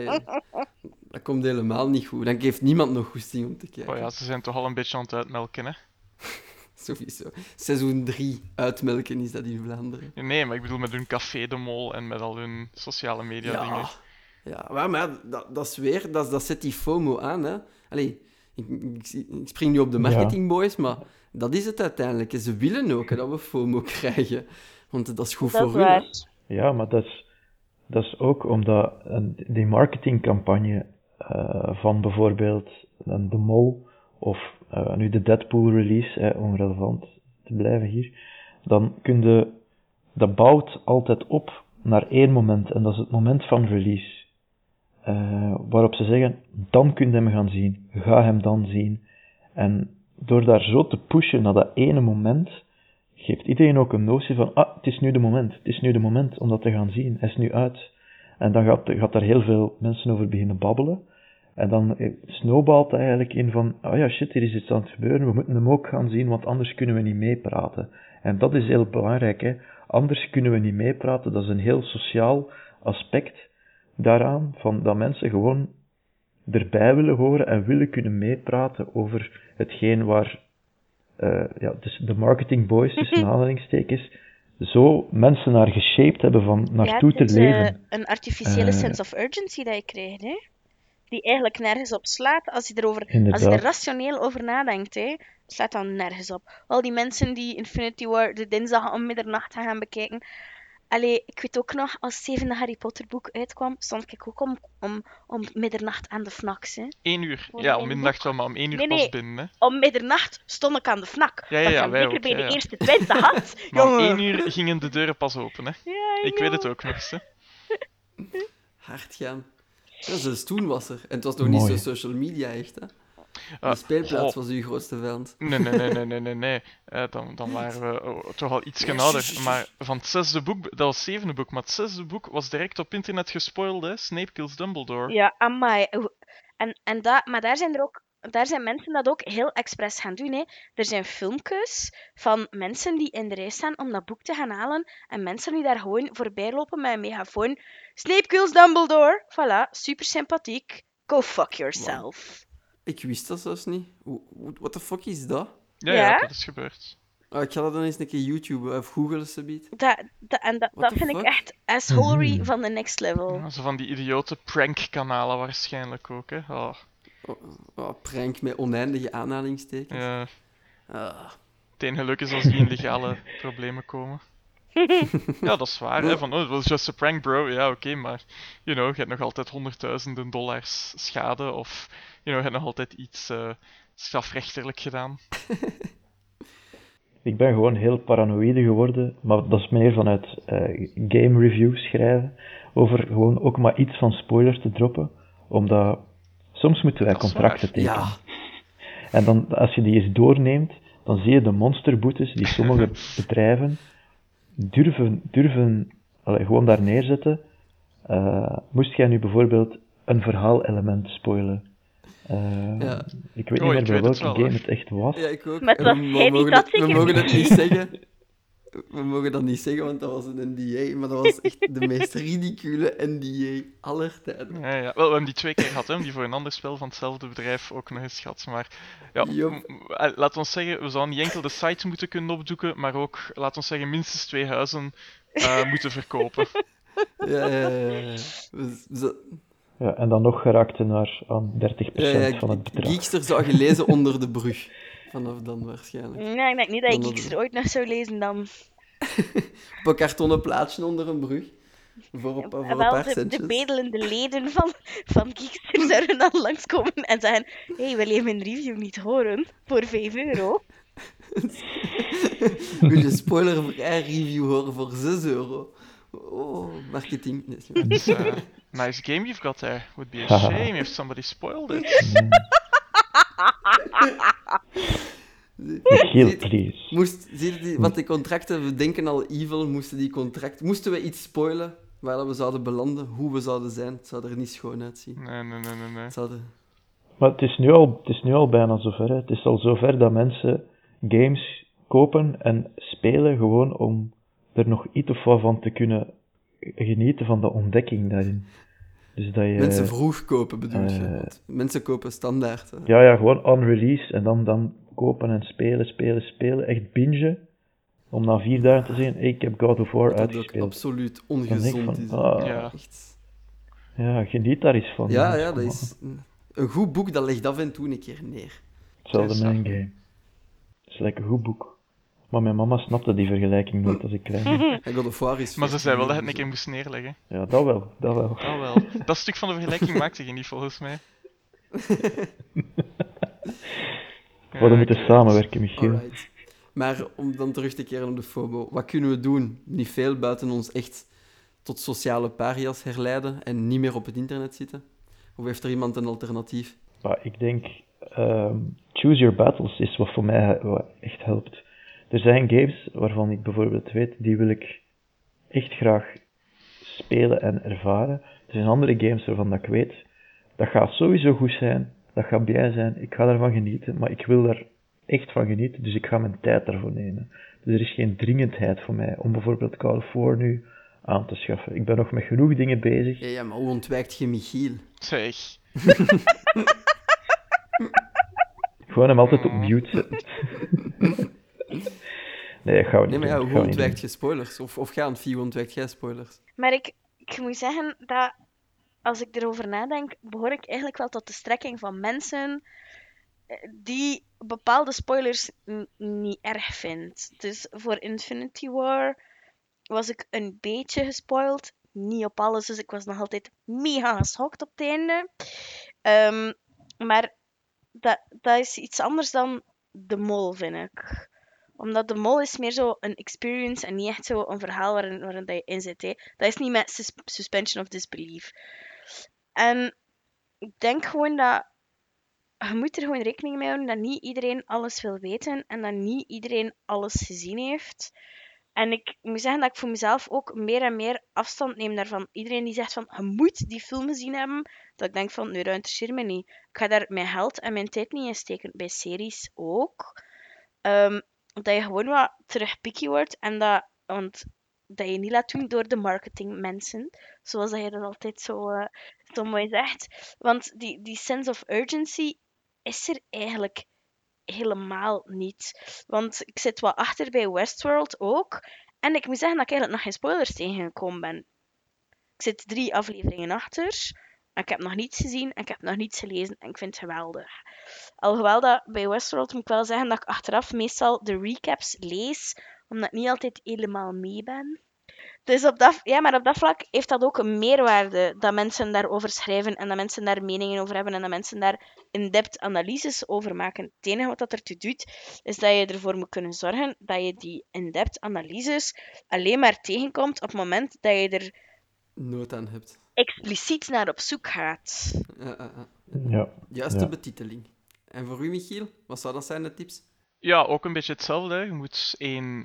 Dat komt helemaal niet goed. Dan heeft niemand nog goesting om te kijken. Oh ja, ze zijn toch al een beetje aan het uitmelken, hè? Sowieso. Seizoen 3 uitmelken is dat in Vlaanderen. Nee, maar ik bedoel met hun Café de Mol en met al hun sociale media dingen. Ja, maar dat is weer... Dat zet die FOMO aan, hè. Allee, ik spring nu op de marketingboys, maar dat is het uiteindelijk. Ze willen ook hè, dat we FOMO krijgen. Want dat is goed Dat voor is hun. Hè. waar. Ja, maar dat is ook omdat die marketingcampagne van bijvoorbeeld de Mol of nu de Deadpool release, om relevant te blijven hier, dan dat bouwt altijd op naar één moment en dat is het moment van release. Waarop ze zeggen, dan kun je hem gaan zien, ga hem dan zien. En door daar zo te pushen naar dat ene moment, geeft iedereen ook een notie van, het is nu de moment om dat te gaan zien, hij is nu uit. En dan gaat daar heel veel mensen over beginnen babbelen. En dan snowballt het eigenlijk in van, ja shit, hier is iets aan het gebeuren, we moeten hem ook gaan zien, want anders kunnen we niet meepraten. En dat is heel belangrijk, hè. Anders kunnen we niet meepraten, dat is een heel sociaal aspect daaraan, van dat mensen gewoon erbij willen horen en willen kunnen meepraten over hetgeen waar dus de marketing boys, tussen aanhalingstekens, zo mensen naar geshaped hebben van naartoe het is, te leven. een artificiële sense of urgency dat je krijgt, hè? Die eigenlijk nergens op slaat als je er rationeel over nadenkt, hè? Slaat dan nergens op. Al die mensen die Infinity War de dinsdag om middernacht gaan bekijken. Allee, ik weet ook nog, als het zevende Harry Potter boek uitkwam, stond ik ook om middernacht aan de FNACs, hè? 1 uur. Voor Ja, mijn om middernacht wel, maar om 1 uur pas binnen, hè. Om middernacht stond ik aan de FNAC. Ja, dat je wij hem zeker ook, bij de ja. eerste 20 had. Maar om Jongen. 1 uur gingen de deuren pas open, hè. Ja, Ik weet het ook nog eens, hè. Hard gaan. Ja, zelfs toen was er. En het was nog niet zo social media echt, hè. De speelplaats was uw grootste vijand. Nee. Dan waren we toch al iets ouder. Maar van het 6e boek, dat was het 7e boek, maar het 6e boek was direct op internet gespoild, hè. Snape kills Dumbledore. Ja, amai. Maar daar zijn mensen dat ook heel expres gaan doen. Hè. Er zijn filmpjes van mensen die in de rij staan om dat boek te gaan halen. En mensen die daar gewoon voorbij lopen met een megafoon. Snape kills Dumbledore. Voilà, super sympathiek. Go fuck yourself. Ik wist dat zelfs niet. What the fuck is dat? Ja, dat is gebeurd. Ik ga dat dan eens een keer YouTube of googlen, subiet. Dat vind ik echt assholery van the next level. Ja, zo van die idiote prankkanalen waarschijnlijk ook, hè. Prank met oneindige aanhalingstekens. Ja. Ah. Het enige geluk is als die in legale problemen komen. Ja, dat is waar, hè. Van, it was just a prank, bro. Ja, oké, maar, je hebt nog altijd honderdduizenden dollars schade. Of, je hebt nog altijd iets strafrechtelijk gedaan. Ik ben gewoon heel paranoïde geworden, maar dat is meer vanuit game reviews schrijven, over gewoon ook maar iets van spoilers te droppen, omdat soms moeten wij contracten tekenen. Ja. En dan, als je die eens doorneemt, dan zie je de monsterboetes die sommige bedrijven durven gewoon daar neerzetten. Moest jij nu bijvoorbeeld een verhaalelement spoilen? Ik weet niet meer bij welke game het echt was. Ja, ik ook. Maar dat hij die dat we zeker mogen het niet zeggen. We mogen dat niet zeggen, want dat was een NDA. Maar dat was echt de meest ridicule NDA aller tijden. Ja. Wel, we hebben die 2 keer gehad, hè. Die voor een ander spel van hetzelfde bedrijf ook nog eens gehad. Maar ja, laat ons zeggen, we zouden niet enkel de site moeten kunnen opdoeken, maar ook, laat ons zeggen, minstens 2 huizen moeten verkopen. Ja. Ja, en dan nog geraakte aan 30% van het bedrag. Geekster zou gelezen onder de brug. Vanaf dan waarschijnlijk. Nee, ik denk niet dat ik Geekster ooit nog zou lezen dan. Op een kartonnen plaatje onder een brug. Voor een paar centjes. De bedelende leden van Geekster zouden dan langskomen en zeggen: hey, wil je mijn review niet horen? Voor €5. Wil je spoilervrij review horen voor €6? Oh, marketing. It's a nice game you've got there. Would be a shame if somebody spoiled it. Michiel, please. Zie je wat die contracten, we denken al evil, moesten we iets spoilen waar we zouden belanden, hoe we zouden zijn, het zou er niet schoon uitzien. Nee. Maar het is nu al bijna zover. Hè. Het is al zover dat mensen games kopen en spelen gewoon om er nog iets of wat van te kunnen genieten van de ontdekking daarin. Dus dat je, mensen vroeg kopen bedoel je? Want mensen kopen standaard. Ja, gewoon on release en dan kopen en spelen. Echt bingen. Om na 4 dagen te zeggen, ik heb God of War uitgespeeld. Dat ook absoluut ongezond is. Echt. Ja, geniet daar eens van. Ja, dat is... Een goed boek, dat legt af en toe een keer neer. Hetzelfde met een game. Het is lekker een goed boek. Maar mijn mama snapte die vergelijking nooit als ik klein was. God of War is maar ze zei wel dat je het een keer moest neerleggen. Ja, dat wel. Dat stuk van de vergelijking maakte je niet, volgens mij. We moeten samenwerken, Michiel. Alright. Maar om dan terug te keren op de FOMO, wat kunnen we doen? Niet veel buiten ons echt tot sociale paria's herleiden en niet meer op het internet zitten? Of heeft er iemand een alternatief? Ik denk, choose your battles is wat voor mij echt helpt. Er zijn games waarvan ik bijvoorbeeld weet, die wil ik echt graag spelen en ervaren. Er zijn andere games waarvan dat ik weet, dat gaat sowieso goed zijn, dat gaat bij zijn, ik ga daarvan genieten, maar ik wil daar echt van genieten, dus ik ga mijn tijd daarvoor nemen. Dus er is geen dringendheid voor mij om bijvoorbeeld Call of War nu aan te schaffen. Ik ben nog met genoeg dingen bezig. Ja, maar hoe ontwijkt je Michiel? Zeg. Gewoon hem altijd op mute zetten. Nee, dat gaan we niet maar doen. hoe ontwijkt je spoilers? Of gaan hoe ontwijkt jij spoilers? Maar ik moet zeggen dat, als ik erover nadenk, behoor ik eigenlijk wel tot de strekking van mensen die bepaalde spoilers niet erg vindt. Dus voor Infinity War was ik een beetje gespoild. Niet op alles, dus ik was nog altijd mega geschokt op het einde. Maar dat is iets anders dan De Mol, vind ik. Omdat De Mol is meer zo een experience en niet echt zo een verhaal waarin dat je in zit. Hè. Dat is niet met suspension of disbelief. En ik denk gewoon dat je moet er gewoon rekening mee houden dat niet iedereen alles wil weten en dat niet iedereen alles gezien heeft. En ik moet zeggen dat ik voor mezelf ook meer en meer afstand neem daarvan. Iedereen die zegt van, je moet die film gezien hebben, dat ik denk van, nee, dat interesseert me niet. Ik ga daar mijn geld en mijn tijd niet in steken. Bij series ook. Dat je gewoon wat terug picky wordt en want dat je niet laat doen door de marketingmensen. Zoals dat je dat altijd zo mooi zegt. Want die sense of urgency is er eigenlijk helemaal niet. Want ik zit wat achter bij Westworld ook. En ik moet zeggen dat ik eigenlijk nog geen spoilers tegengekomen ben. Ik zit 3 afleveringen achter. En ik heb nog niets gezien en ik heb nog niets gelezen. En ik vind het geweldig. Alhoewel dat bij Westworld moet ik wel zeggen dat ik achteraf meestal de recaps lees. Omdat ik niet altijd helemaal mee ben. Dus maar op dat vlak heeft dat ook een meerwaarde. Dat mensen daarover schrijven en dat mensen daar meningen over hebben. En dat mensen daar in-depth analyses over maken. Het enige wat dat ertoe doet, is dat je ervoor moet kunnen zorgen dat je die in-depth analyses alleen maar tegenkomt op het moment dat je er nood aan hebt. Expliciet naar op zoek gaat. Ja. Juiste betiteling. En voor u, Michiel, wat zou dat zijn, de tips? Ja, ook een beetje hetzelfde. Je moet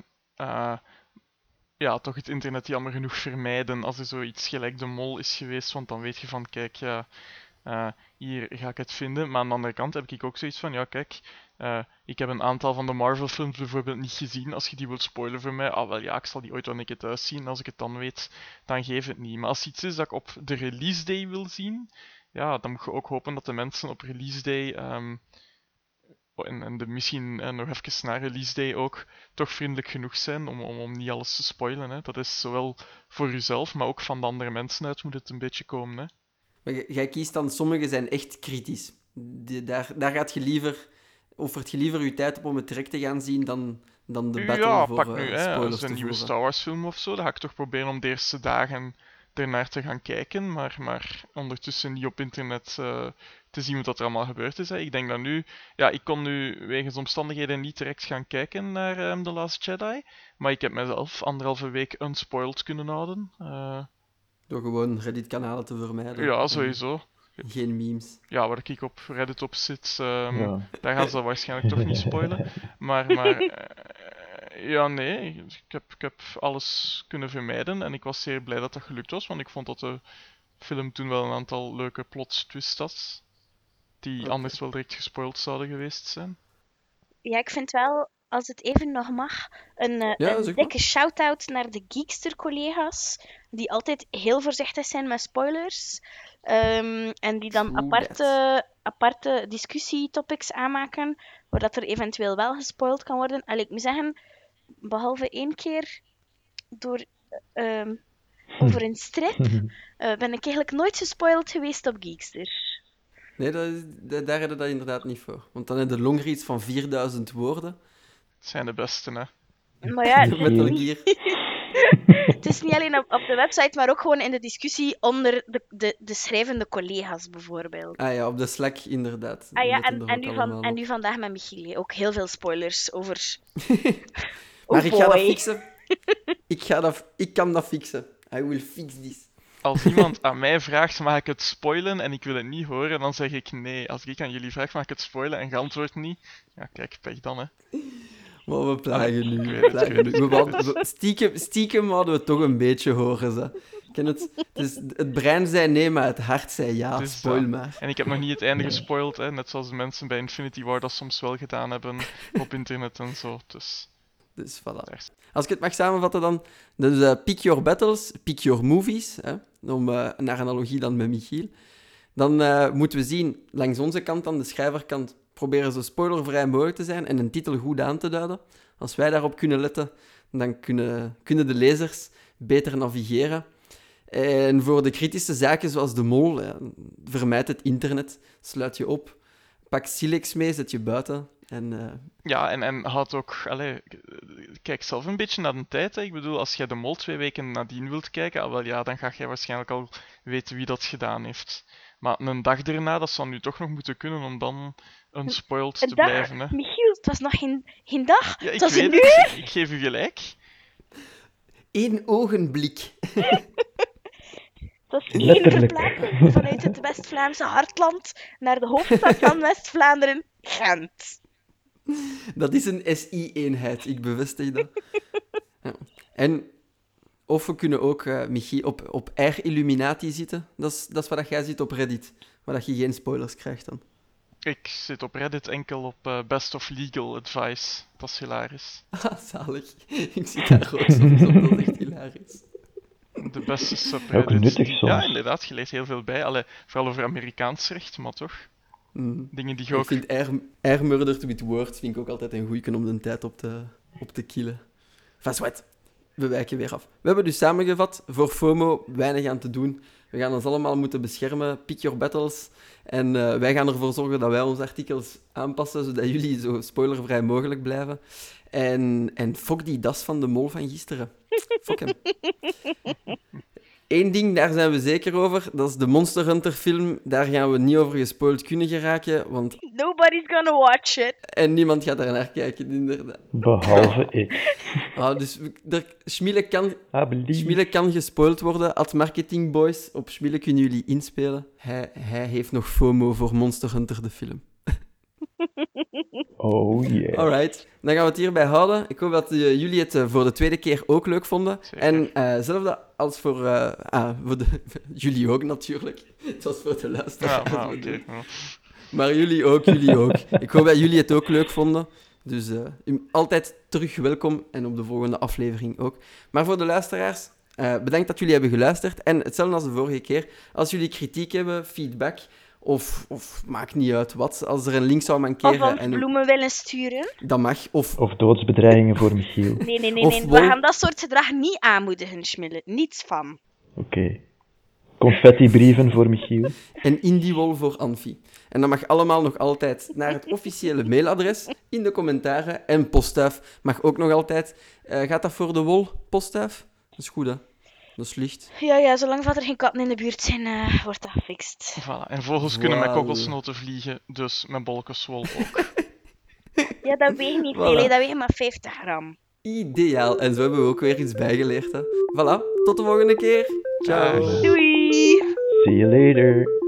toch het internet jammer genoeg vermijden als er zoiets gelijk De Mol is geweest, want dan weet je van, kijk, hier ga ik het vinden. Maar aan de andere kant heb ik ook zoiets van, ja, kijk, ik heb een aantal van de Marvel-films bijvoorbeeld niet gezien. Als je die wilt spoilen voor mij, wel ja, ik zal die ooit wel een keer thuis zien. Als ik het dan weet, dan geef het niet. Maar als iets is dat ik op de release day wil zien, ja, dan moet je ook hopen dat de mensen op release day... en misschien nog even na release day ook toch vriendelijk genoeg zijn om niet alles te spoilen. Hè. Dat is zowel voor jezelf, maar ook van de andere mensen uit moet het een beetje komen. Hè. Maar jij kiest dan, sommigen zijn echt kritisch. Daar gaat je liever, offert je liever je tijd op om het direct te gaan zien dan de battle voor pak nu, spoilers te als een nieuwe Star Wars film of zo, dan ga ik toch proberen om de eerste dagen ernaar te gaan kijken, maar ondertussen niet op internet te zien wat er allemaal gebeurd is. Hè. Ik denk dat nu... Ja, ik kon nu wegens omstandigheden niet direct gaan kijken naar The Last Jedi, maar ik heb mezelf 1,5 week unspoiled kunnen houden. Door gewoon Reddit-kanalen te vermijden. Ja, sowieso. Geen memes. Ja, waar ik op Reddit op zit, Ja. daar gaan ze dat waarschijnlijk toch niet spoilen. Maar ja, nee, ik heb alles kunnen vermijden en ik was zeer blij dat dat gelukt was, want ik vond dat de film toen wel een aantal leuke plot twists had, die Oké. anders wel direct gespoild zouden geweest zijn. Ja, ik vind wel, als het even nog mag, een Ja, zeg maar. dikke shout-out naar de Geekster-collega's, die altijd heel voorzichtig zijn met spoilers. En die dan True aparte discussietopics aanmaken, waar dat er eventueel wel gespoild kan worden. Allee, ik moet zeggen, behalve 1 keer door, over een strip, ben ik eigenlijk nooit gespoild geweest op Geekster. Nee, daar hebben we dat inderdaad niet voor. Want dan heb je longreads van 4000 woorden. Het zijn de beste, hè. Maar ja, Met Metal Gear. het is niet alleen op de website, maar ook gewoon in de discussie onder de schrijvende collega's bijvoorbeeld. Ah ja, op de Slack inderdaad. Ah ja, Die zitten er ook allemaal en op. nu vandaag met Michiel, hè. Ook heel veel spoilers over... Maar ik ga dat boy. fixen. Ik kan dat fixen. I will fix this. Als iemand aan mij vraagt, mag ik het spoilen en ik wil het niet horen, dan zeg ik nee. Als ik aan jullie vraag, mag ik het spoilen en je antwoordt niet, ja, kijk, pech dan, hè. Maar we plagen nu. Ik We weet het, plagen nu. Stiekem hadden we het toch een beetje horen. Ze. Ik ken het. Dus het brein zei nee, maar het hart zei ja. Het is Spoil dat. maar. En ik heb nog niet het einde gespoild, hè, net zoals de mensen bij Infinity War dat soms wel gedaan hebben op internet en zo. Dus Dus voilà. daar. Als ik het mag samenvatten dan. Dus pick your battles, pick your movies. Hè, om naar analogie dan met Michiel. Dan moeten we zien, langs onze kant dan, de schrijverkant, proberen zo spoilervrij mogelijk te zijn en een titel goed aan te duiden. Als wij daarop kunnen letten, dan kunnen de lezers beter navigeren. En voor de kritische zaken zoals de mol, vermijd het internet, sluit je op, pak Silex mee, zet je buiten. En Ja, en houd ook, kijk zelf een beetje naar de tijd. Hè. Ik bedoel, als jij de mol 2 weken nadien wilt kijken, wel ja, dan ga jij waarschijnlijk al weten wie dat gedaan heeft. Maar een dag erna, dat zou nu toch nog moeten kunnen om dan unspoiled Een te dag? blijven. Hè. Michiel, het was nog geen dag. Ja, ik het was weet een uur. het. Ik geef u gelijk. 1 ogenblik. Het was 1 Letterlijk. verplaatsing vanuit het West-Vlaamse hartland naar de hoofdstad van West-Vlaanderen, Gent. Dat is een SI-eenheid, ik bevestig dat. Ja. En of we kunnen ook, Michi, op R-Illuminati zitten. Dat is wat jij ziet op Reddit. Maar dat je geen spoilers krijgt dan. Ik zit op Reddit enkel op Best of Legal Advice. Dat is hilarisch. Ah, zalig. Ik zit daar ook soms op, dat is echt hilarisch. De beste subreddit. Ook nuttig soms. Ja, inderdaad, je leert heel veel bij. Vooral over Amerikaans recht, maar toch. Mm. Dingen die je Ik ook... vind R-Murdered with Words vind ik ook altijd een goeie om de tijd op te killen. Van zwart. We wijken weer af. We hebben dus samengevat, voor FOMO weinig aan te doen. We gaan ons allemaal moeten beschermen, pick your battles. En wij gaan ervoor zorgen dat wij onze artikels aanpassen, zodat jullie zo spoilervrij mogelijk blijven. En fok die das van de mol van gisteren. Fok hem. Eén ding, daar zijn we zeker over. Dat is de Monster Hunter film. Daar gaan we niet over gespoild kunnen geraken. Want... Nobody's gonna watch it. En niemand gaat daar naar kijken, inderdaad. Behalve ik. Ah, dus Alsjeblieft. Schmiele kan gespoild worden. At Marketing Boys. Op Schmiele kunnen jullie inspelen. Hij heeft nog FOMO voor Monster Hunter, de film. Oh yeah. Alright, dan gaan we het hierbij houden. Ik hoop dat jullie het voor de tweede keer ook leuk vonden. Zeker. En zelfde als voor jullie ook natuurlijk. Het was voor de Ja, luisteraars. maar bedoeld. oké. Ja. Maar jullie ook. Ik hoop dat jullie het ook leuk vonden. Dus altijd terug welkom en op de volgende aflevering ook. Maar voor de luisteraars, bedankt dat jullie hebben geluisterd. En hetzelfde als de vorige keer, als jullie kritiek hebben, feedback, of maakt niet uit wat, als er een link zou Of mankeren, ons bloemen willen sturen. dat mag. Of Of doodsbedreigingen voor Michiel. Nee. Of We wol- gaan dat soort gedrag niet aanmoedigen, Schmille. Niets van. Oké. Confettibrieven voor Michiel. en Indiewol voor Anfi. En dat mag allemaal nog altijd naar het officiële mailadres in de commentaren. En postduif mag ook nog altijd. Gaat dat voor de wol, postduif? Dat is goed, hè? Dat is licht. Ja, zolang dat er geen katten in de buurt zijn, wordt dat gefixt. Voilà. En vogels kunnen met Voilà. kokosnoten vliegen, dus met bolkenswol ook. Ja, dat weegt niet Voilà. veel, hè. Dat weegt maar 50 gram. Ideaal. En zo hebben we ook weer iets bijgeleerd, hè? Voilà, tot de volgende keer. Ciao. Dag. Doei! See you later.